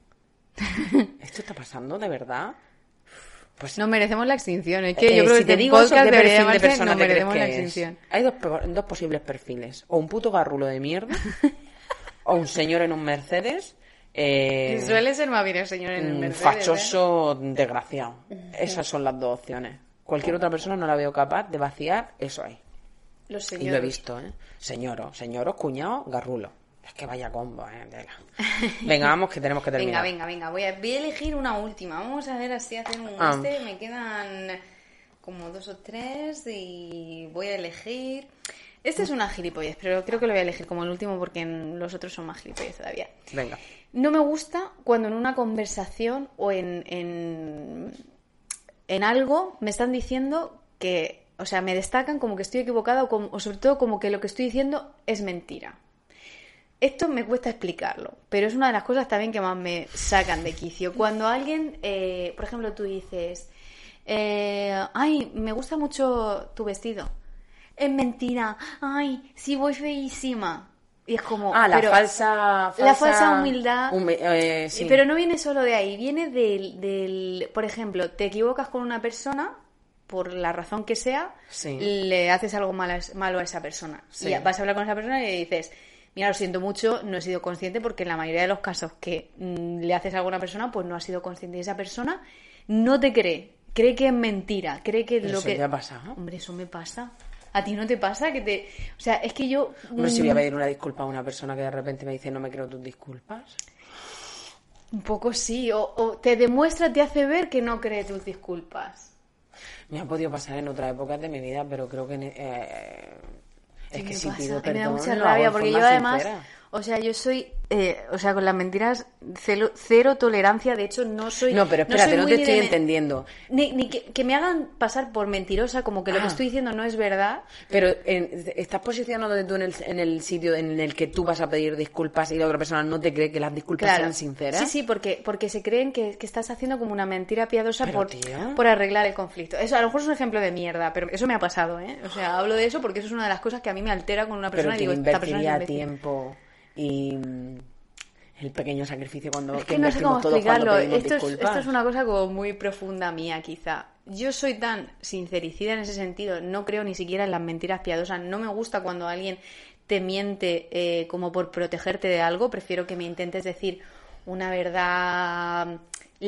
¿esto está pasando de verdad? Pues No merecemos la extinción, es que Eh, yo creo si que te este digo eso, podcast ¿qué debería perfil de llamarse persona No te crees merecemos la que es? extinción. Hay dos, po- dos posibles perfiles. O un puto garrulo de mierda, o un señor en un Mercedes, eh, Y suele ser más bien el señor en el un Mercedes, fachoso desgraciado. Esas son las dos opciones. Cualquier otra persona no la veo capaz de vaciar eso ahí. ¿eh? Los Y lo he señores. visto, ¿eh? Señoros, señoros, cuñados, garrulo. Es que vaya combo, ¿eh? Tela. Venga, vamos, que tenemos que Venga, terminar. venga, venga, voy a, voy a elegir una última. Vamos a ver así hacer un Ah. este. Me quedan como dos o tres y voy a elegir. Este es una gilipollez, pero creo que lo voy a elegir como el último porque en- los otros son más gilipollez todavía. Venga. No me gusta cuando en una conversación o en, en, en algo me están diciendo que, o sea, me destacan como que estoy equivocada o, como- o sobre todo como que lo que estoy diciendo es mentira. Esto me cuesta explicarlo, pero es una de las cosas también que más me sacan de quicio. Cuando alguien, eh, por ejemplo, tú dices, eh, ay, me gusta mucho tu vestido. Es mentira. Ay, sí, voy feísima. Y es como... Ah, la pero- falsa, falsa... la falsa humildad. humi- eh, sí. Pero no viene solo de ahí, viene del, del... Por ejemplo, te equivocas con una persona, por la razón que sea, Sí. le haces algo malo, malo a esa persona. Sí. Y vas a hablar con esa persona y le dices, mira, lo siento mucho, no he sido consciente porque en la mayoría de los casos que mm, le haces algo a una persona, pues no has sido consciente. Y esa persona no te cree, cree que es mentira, cree que Pero lo eso que... ya ha pasado. Hombre, eso me pasa. ¿A ti no te pasa? Que te... O sea, es que yo... Hombre, si voy a mm, pedir una disculpa a una persona que de repente me dice no me creo tus disculpas. Un poco sí, o, o te demuestra, te hace ver que no cree tus disculpas. Me ha podido pasar en otras épocas de mi vida, pero creo que... eh, es Sí, que me si pasa. pido Y me da perdón, mucha lo rabia hago de porque forma yo además, sincera. O sea, yo soy, eh, o sea, con las mentiras cero, cero tolerancia. De hecho, no soy. No, pero espérate, no, no te estoy de, entendiendo. Ni, ni que, que me hagan pasar por mentirosa, como que lo ah. que estoy diciendo no es verdad. Pero en, estás posicionándote tú en el, en el sitio en el que tú vas a pedir disculpas y la otra persona no te cree que las disculpas claro. sean sinceras. Sí, sí, porque, porque se creen que, que estás haciendo como una mentira piadosa pero, por, por arreglar el conflicto. Eso a lo mejor es un ejemplo de mierda, pero eso me ha pasado, ¿eh? O sea, hablo de eso porque eso es una de las cosas que a mí me altera con una persona pero y digo, esta persona es imbécil. Tiempo y el pequeño sacrificio cuando es que no sé cómo todos explicarlo. Esto es, esto es una cosa como muy profunda mía, quizá. Yo soy tan sincericida en ese sentido, no creo ni siquiera en las mentiras piadosas. No me gusta cuando alguien te miente eh, como por protegerte de algo. Prefiero que me intentes decir una verdad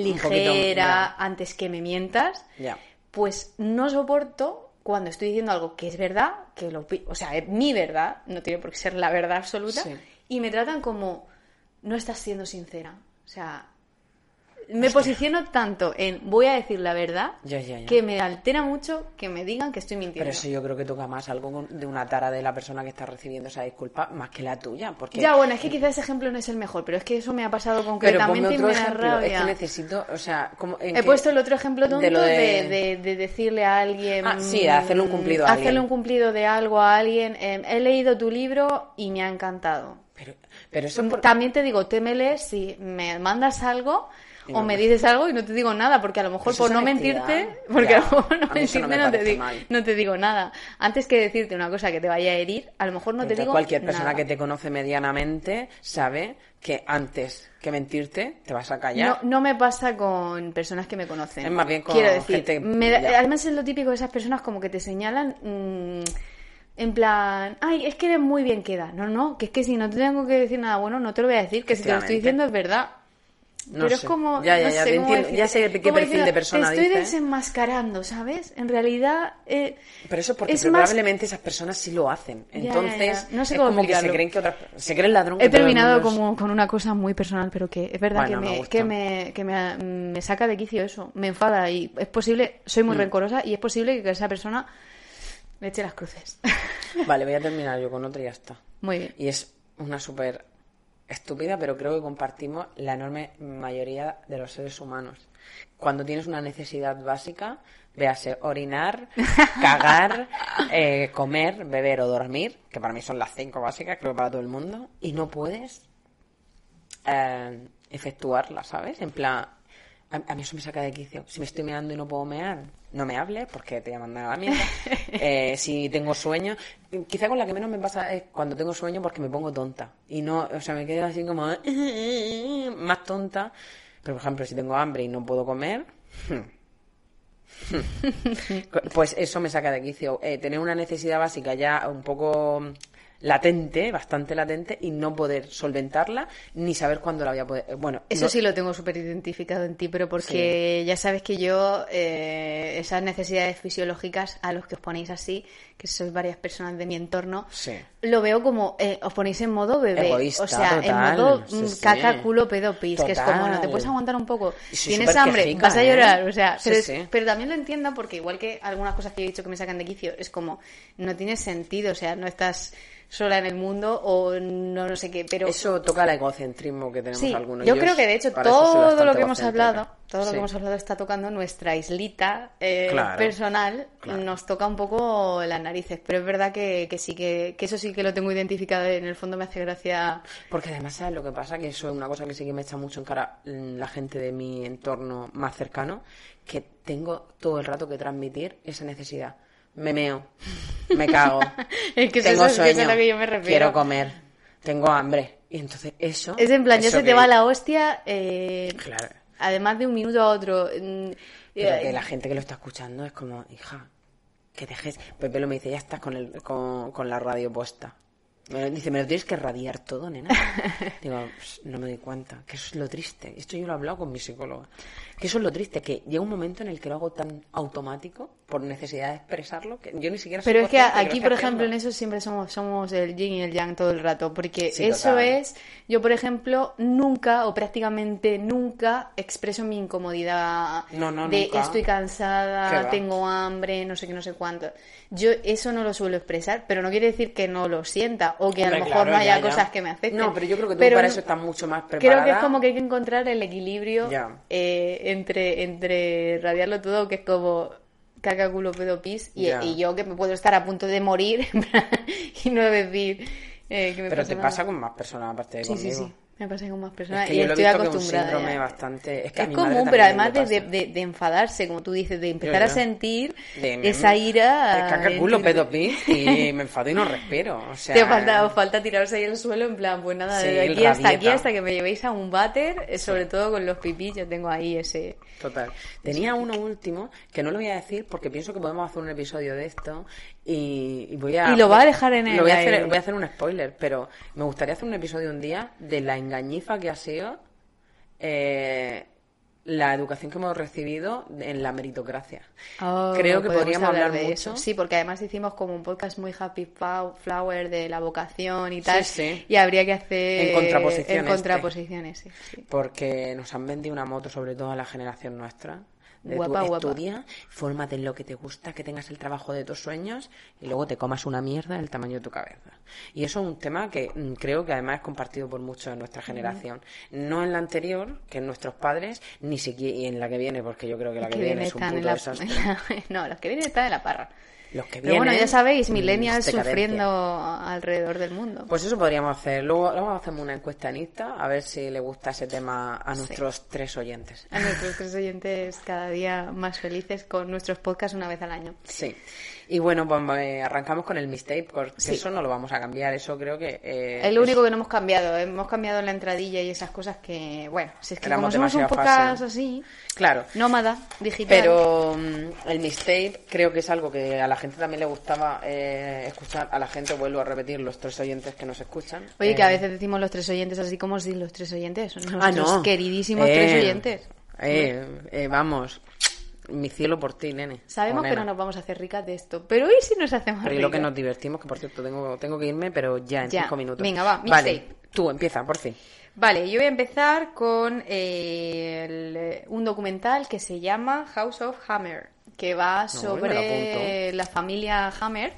ligera un antes que me mientas. Ya. Pues no soporto cuando estoy diciendo algo que es verdad, que lo, o sea, es mi verdad, no tiene por qué ser la verdad absoluta, sí. Y me tratan como, no estás siendo sincera. O sea, me Hostia. posiciono tanto en voy a decir la verdad, ya, ya, ya. que me altera mucho que me digan que estoy mintiendo. Pero eso yo creo que toca más algo de una tara de la persona que está recibiendo esa disculpa, más que la tuya. Porque... Ya, bueno, es que quizás ese ejemplo no es el mejor, pero es que eso me ha pasado concretamente y me da ejemplo, rabia. Es que necesito, o sea... Como He que... puesto el otro ejemplo tonto de, lo de... De, de, de decirle a alguien... Ah, sí, hacerle un cumplido a hacerle alguien. un cumplido de algo a alguien. Eh, he leído tu libro y me ha encantado. Pero, pero eso por... También te digo, te me lees si me mandas algo... O me dices algo y no te digo nada, porque a lo mejor por no mentirte, porque ya, a lo mejor no mentirte no, no, te digo, no te digo nada. Antes que decirte una cosa que te vaya a herir, a lo mejor no Pero te digo cualquier persona nada. que te conoce medianamente sabe que antes que mentirte te vas a callar. No, no me pasa con personas que me conocen. Es más bien con Quiero decir, gente... me, además es lo típico de esas personas como que te señalan... Mmm, en plan, ay, es que eres muy bien queda. No, no, que es que si no te tengo que decir nada bueno, no te lo voy a decir, que si te lo estoy diciendo es verdad. No pero sé. es como, ya, ya, no ya, sé, entiendo, decir, ya sé qué perfil diciendo, de persona te estoy dice. desenmascarando, ¿sabes? En realidad... Eh, pero eso porque es probablemente más... esas personas sí lo hacen. Ya, Entonces, ya, ya. No sé es cómo como explicarlo. que se creen que otras... Se creen ladrón. He terminado es... como con una cosa muy personal, pero que es verdad bueno, que, me, me que, me, que me, me saca de quicio eso. Me enfada y es posible... Soy muy mm. rencorosa y es posible que esa persona me eche las cruces. Vale, voy a terminar yo con otra y ya está. Muy bien. Y es una súper... estúpida, pero creo que compartimos la enorme mayoría de los seres humanos. Cuando tienes una necesidad básica, véase orinar, cagar, eh, comer, beber o dormir, que para mí son las cinco básicas, creo que para todo el mundo, y no puedes eh, efectuarla, ¿sabes? En plan, a, a mí eso me saca de quicio. Si me estoy meando y no puedo mear, no me hables porque te voy a mandar a la mierda. Eh, si tengo sueño, quizá con la que menos me pasa es cuando tengo sueño porque me pongo tonta. Y no, o sea, me quedo así como más tonta. Pero, por ejemplo, si tengo hambre y no puedo comer, pues eso me saca de quicio. Eh, tener una necesidad básica ya un poco latente, bastante latente, y no poder solventarla ni saber cuándo la voy a poder... Bueno, eso no... sí lo tengo súper identificado en ti, pero porque sí. Ya sabes que yo eh, esas necesidades fisiológicas a los que os ponéis así, que sois varias personas de mi entorno, sí. Lo veo como eh, os ponéis en modo bebé, egoísta, o sea, total. En modo sí, sí. caca, culo, pedo, pis, total. Que es como, no te puedes aguantar un poco, sí, tienes hambre, quejica, vas a llorar, ¿eh? o sea, sí, pero, sí. Es, pero también lo entiendo porque igual que algunas cosas que he dicho que me sacan de quicio, es como, no tiene sentido, o sea, no estás sola en el mundo o no, no sé qué, pero... Eso toca el egocentrismo que tenemos sí, algunos. yo yo creo que de hecho todo lo que hemos hablado, todo lo sí. que hemos hablado está tocando nuestra islita eh, claro, personal, claro. Nos toca un poco las narices, pero es verdad que, que sí, que, que eso sí que lo tengo identificado, en el fondo me hace gracia. Porque además, ¿sabes lo que pasa? Que eso es una cosa que sí que me echa mucho en cara la gente de mi entorno más cercano, que tengo todo el rato que transmitir esa necesidad. Me meo, me cago, es que tengo eso, sueño, es a lo que yo me refiero. Quiero comer, tengo hambre. Y entonces eso... Es en plan, ya se que... te va la hostia, eh, claro. Además de un minuto a otro. Pero que la gente que lo está escuchando es como, hija, que dejes... Pepe lo me dice, ya estás con, el, con, con la radio puesta. Me dice, ¿me lo tienes que radiar todo, nena? Digo, no me doy cuenta, que eso es lo triste. Esto yo lo he hablado con mi psicóloga. Que eso es lo triste, que llega un momento en el que lo hago tan automático, por necesidad de expresarlo, que yo ni siquiera soy Pero es que consciente aquí, que lo por estoy ejemplo, haciendo. en eso siempre somos somos el yin y el yang todo el rato, porque Sí, eso total. es, yo por ejemplo, nunca o prácticamente nunca expreso mi incomodidad No, no, de nunca. estoy Qué cansada, va. tengo hambre, no sé qué, no sé cuánto. Yo eso no lo suelo expresar, pero no quiere decir que no lo sienta. o que Hombre, a lo mejor claro, no haya ya, ya. cosas que me afecten. No, pero yo creo que tú Pero para no- eso estás mucho más preparada. Creo que es como que hay que encontrar el equilibrio Ya. eh, entre, entre radiarlo todo, que es como caca, culo, pedo, pis, y, Ya. y yo que me puedo estar a punto de morir y no decir eh, que me Pero pasa te nada. pasa con más personas aparte de Sí, sí, conmigo. sí. Me pasa con más personas Es que y yo lo he estoy visto que es un acostumbrada. síndrome ya. bastante... Es, que a Es mi madre común, también pero le además de, de, pasa. de- de enfadarse, como tú dices, de empezar Yo, a yo. sentir De- esa ira. de caca, culo, en- pedo, pis, y me enfado y no respiro. O sea, Te falta, os falta tirarse ahí al suelo en plan, pues nada, Sí, de el aquí hasta rabieta. aquí, hasta que me llevéis a un váter, eh, sobre todo con los pipis, yo tengo ahí ese... Total. Tenía uno último que no lo voy a decir porque pienso que podemos hacer un episodio de esto y, y voy a... Y lo va a dejar en el lo voy a hacer, aire. voy a hacer un spoiler, pero me gustaría hacer un episodio un día de la engañifa que ha sido eh, la educación que hemos recibido en la meritocracia. Oh, Creo que podemos podríamos hablar de mucho. eso. Sí, porque además hicimos como un podcast muy happy flau- flower de la vocación y tal. Sí, sí. Y habría que hacer... En contraposición En este. contraposiciones, sí. sí. Porque nos han vendido una moto, sobre todo a la generación nuestra. De Guapa, tú guapa. estudia, fórmate en lo que te gusta, que tengas el trabajo de tus sueños y luego te comas una mierda del tamaño de tu cabeza. Y eso es un tema que mm, creo que además es compartido por muchos en nuestra generación. No en la anterior, que en nuestros padres, ni siquiera y en la que viene, porque yo creo que la que, viene es un están puto en la... desastre. No, los que vienen están en la parra. Los que Pero vienen... bueno, ya sabéis, mm, millennials decadencia. sufriendo alrededor del mundo. Pues eso podríamos hacer. Luego vamos a hacer una encuesta en Insta a ver si le gusta ese tema a nuestros tres oyentes. A nuestros tres oyentes cada día más felices con nuestros podcasts una vez al año. Sí. Y bueno, pues eh, arrancamos con el mixtape, porque Sí. eso no lo vamos a cambiar, eso creo que... eh, Es lo es- único que no hemos cambiado. Hemos cambiado la entradilla y esas cosas que, bueno, si es que Éramos como somos un demasiado podcast fácil. así, Claro, nómada, digital. pero mm, el mixtape creo que es algo que a la gente también le gustaba eh, escuchar. A la gente, vuelvo a repetir, los tres oyentes que nos escuchan. Oye, que Eh, a veces decimos los tres oyentes así como si los tres oyentes son nuestros Ah, no. queridísimos Eh, tres oyentes. Eh, eh, vamos, mi cielo por ti, nene. Sabemos O que nena. no nos vamos a hacer ricas de esto, pero hoy sí nos hacemos Pero y ricas. lo que nos divertimos, que por cierto tengo, tengo que irme, pero ya en Ya. cinco minutos. Venga, va, Vale, mixtape. tú empieza, por fin. Vale, yo voy a empezar con eh, el- un documental que se llama House of Hammer, que va me lo sobre apunto. la familia Hammer.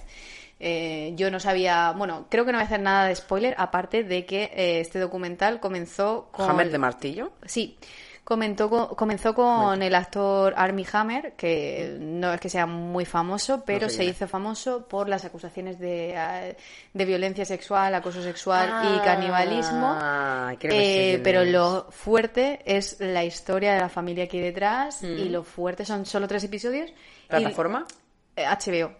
Eh, yo no sabía, bueno, creo que no voy a hacer nada de spoiler, aparte de que eh, este documental comenzó con... Hammer de martillo. Sí, comentó con- comenzó con el actor Armie Hammer, que no es que sea muy famoso, pero sé se quién es. hizo famoso por las acusaciones de, eh, de violencia sexual, acoso sexual y canibalismo. Ah, creo que sé Eh, quién pero es. lo fuerte es la historia de la familia que hay detrás Mm. y lo fuerte son solo tres episodios. y- ¿Plataforma? eh, H B O.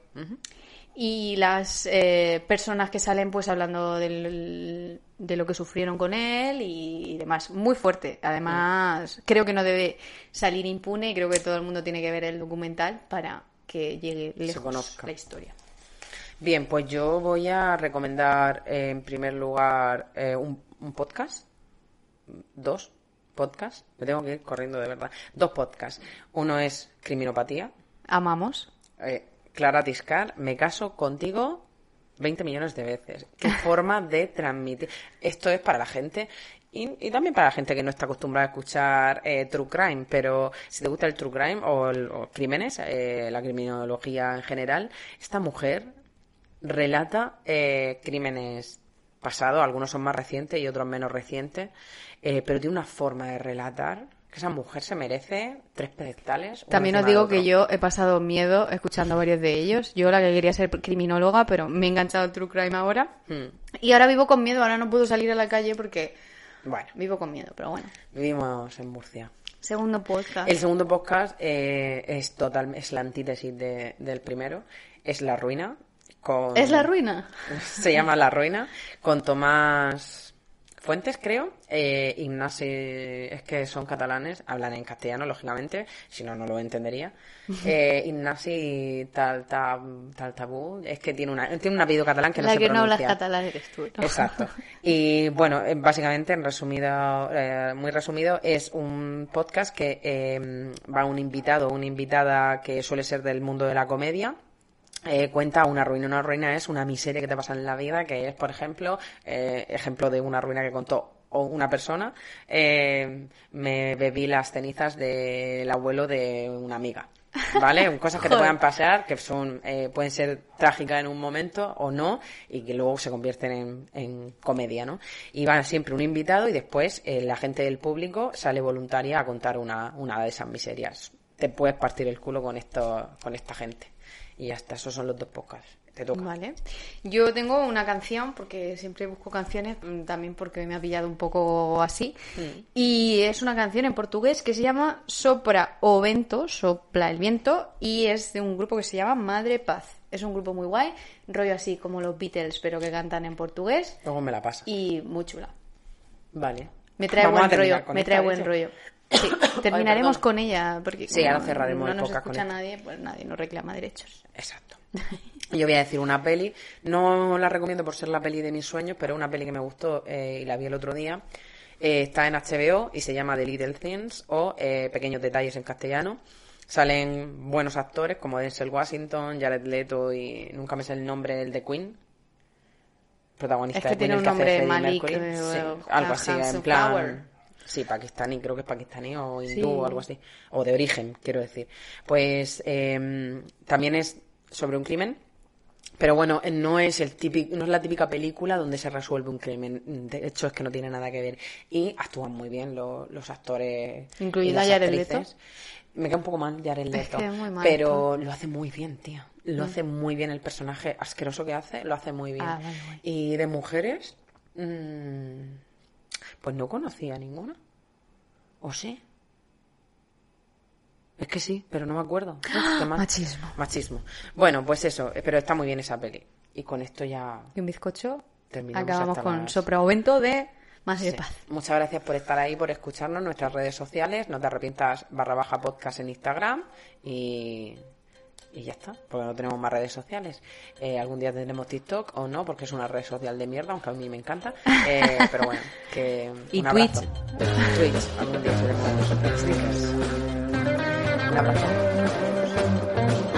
Y las eh, personas que salen pues hablando del- de lo que sufrieron con él y, y demás. Muy fuerte. Además, creo que no debe salir impune y creo que todo el mundo tiene que ver el documental para que llegue lejos conozca. la historia. Bien, pues yo voy a recomendar eh, en primer lugar eh, un, un podcast, dos podcasts, me tengo que ir corriendo de verdad, dos podcasts. Uno es Criminopatía, Amamos. eh, Clara Tiscar, me caso contigo veinte millones de veces. Qué forma de transmitir. Esto es para la gente y, y también para la gente que no está acostumbrada a escuchar eh, True Crime, pero si te gusta el True Crime o, el, o crímenes, eh, la criminología en general, esta mujer relata eh, crímenes pasados, algunos son más recientes y otros menos recientes, eh, pero tiene una forma de relatar que esa mujer se merece tres pedestales. uno También os encima del digo otro. que yo he pasado miedo escuchando a varios de ellos. Yo la que quería ser criminóloga, pero me he enganchado al True Crime ahora. Hmm. Y ahora vivo con miedo, ahora no puedo salir a la calle porque Bueno, vivo con miedo, pero bueno. vivimos en Murcia. Segundo podcast. El segundo podcast eh, es total, es la antítesis de- del primero. Es La Ruina. Con... ¿Es la ruina? Se llama La Ruina. Con Tomás Fuentes, creo. Eh, Ignasi, es que son catalanes, hablan en castellano, lógicamente. Si no, no lo entendería. Eh, Ignasi Talta- Taltabú. Es que tiene, una, tiene un apellido catalán que no la se que no hablas pronuncia. catalán eres tú, ¿no? Exacto. Y bueno, eh, básicamente, en resumido, eh, muy resumido, es un podcast que eh, va un invitado o una invitada que suele ser del mundo de la comedia. Eh, cuenta una ruina. Una ruina es una miseria que te pasa en la vida, que es, por ejemplo, eh, ejemplo de una ruina que contó o una persona, eh, me bebí las cenizas del abuelo de una amiga. ¿Vale? Cosas que te puedan pasar, que son eh, pueden ser trágicas en un momento o no, y que luego se convierten en, en comedia, ¿no? Y va siempre un invitado y después eh, la gente del público sale voluntaria a contar una, una de esas miserias. Te puedes partir el culo con esto, con esta gente. Y ya está, esos son los dos podcasts. Te toca. Vale. Yo tengo una canción, porque siempre busco canciones, también porque me ha pillado un poco así. Mm. Y es una canción en portugués que se llama Sopra o Vento, Sopla el Viento, y es de un grupo que se llama Madre Paz. Es un grupo muy guay, rollo así como los Beatles, pero que cantan en portugués. Luego me la pasa. Y muy chula. Vale. Me trae Vamos buen rollo, me trae buen rollo. Sí, terminaremos Ay, con ella, porque sí, ahora cerraremos no el nos podcast escucha con nadie, pues nadie nos reclama derechos. Exacto. Yo voy a decir una peli, no la recomiendo por ser la peli de mis sueños, pero una peli que me gustó eh, y la vi el otro día. Eh, está en H B O y se llama The Little Things o eh, Pequeños Detalles en castellano. Salen buenos actores como Denzel Washington, Jared Leto y nunca me sé el nombre del de Queen. Protagonista es que de tiene Queen, un nombre Malik, sí, algo así, en plan... Power. Sí, pakistaní, creo que es pakistaní o hindú sí. o algo así. O de origen, quiero decir. Pues eh, también es sobre un crimen, pero bueno, no es el típico, no es la típica película donde se resuelve un crimen. De hecho, es que no tiene nada que ver. Y actúan muy bien los, los actores. Incluida Jared Leto. Me queda un poco mal Jared Leto. Es que es muy mal, pero lo hace muy bien, tío. Lo mm. hace muy bien el personaje asqueroso que hace, lo hace muy bien. Ah, vale, vale. Y de mujeres... Mmm, pues no conocía ninguna. ¿O sí? Es que sí, pero no me acuerdo. Uf, Machismo. Machismo. Bueno, pues eso, pero está muy bien esa peli. Y con esto ya... Y un bizcocho. Terminamos. Acabamos con las... Sopra o Vento de Más de sí. Paz. Muchas gracias por estar ahí, por escucharnos en nuestras redes sociales. No te arrepientas barra baja podcast en Instagram. Y... Y ya está, porque no tenemos más redes sociales. Eh, algún día tendremos TikTok o no, porque es una red social de mierda, aunque a mí me encanta. Eh, pero bueno, que y un abrazo. Twitch. Twitch, algún día seremos nosotros. Un abrazo.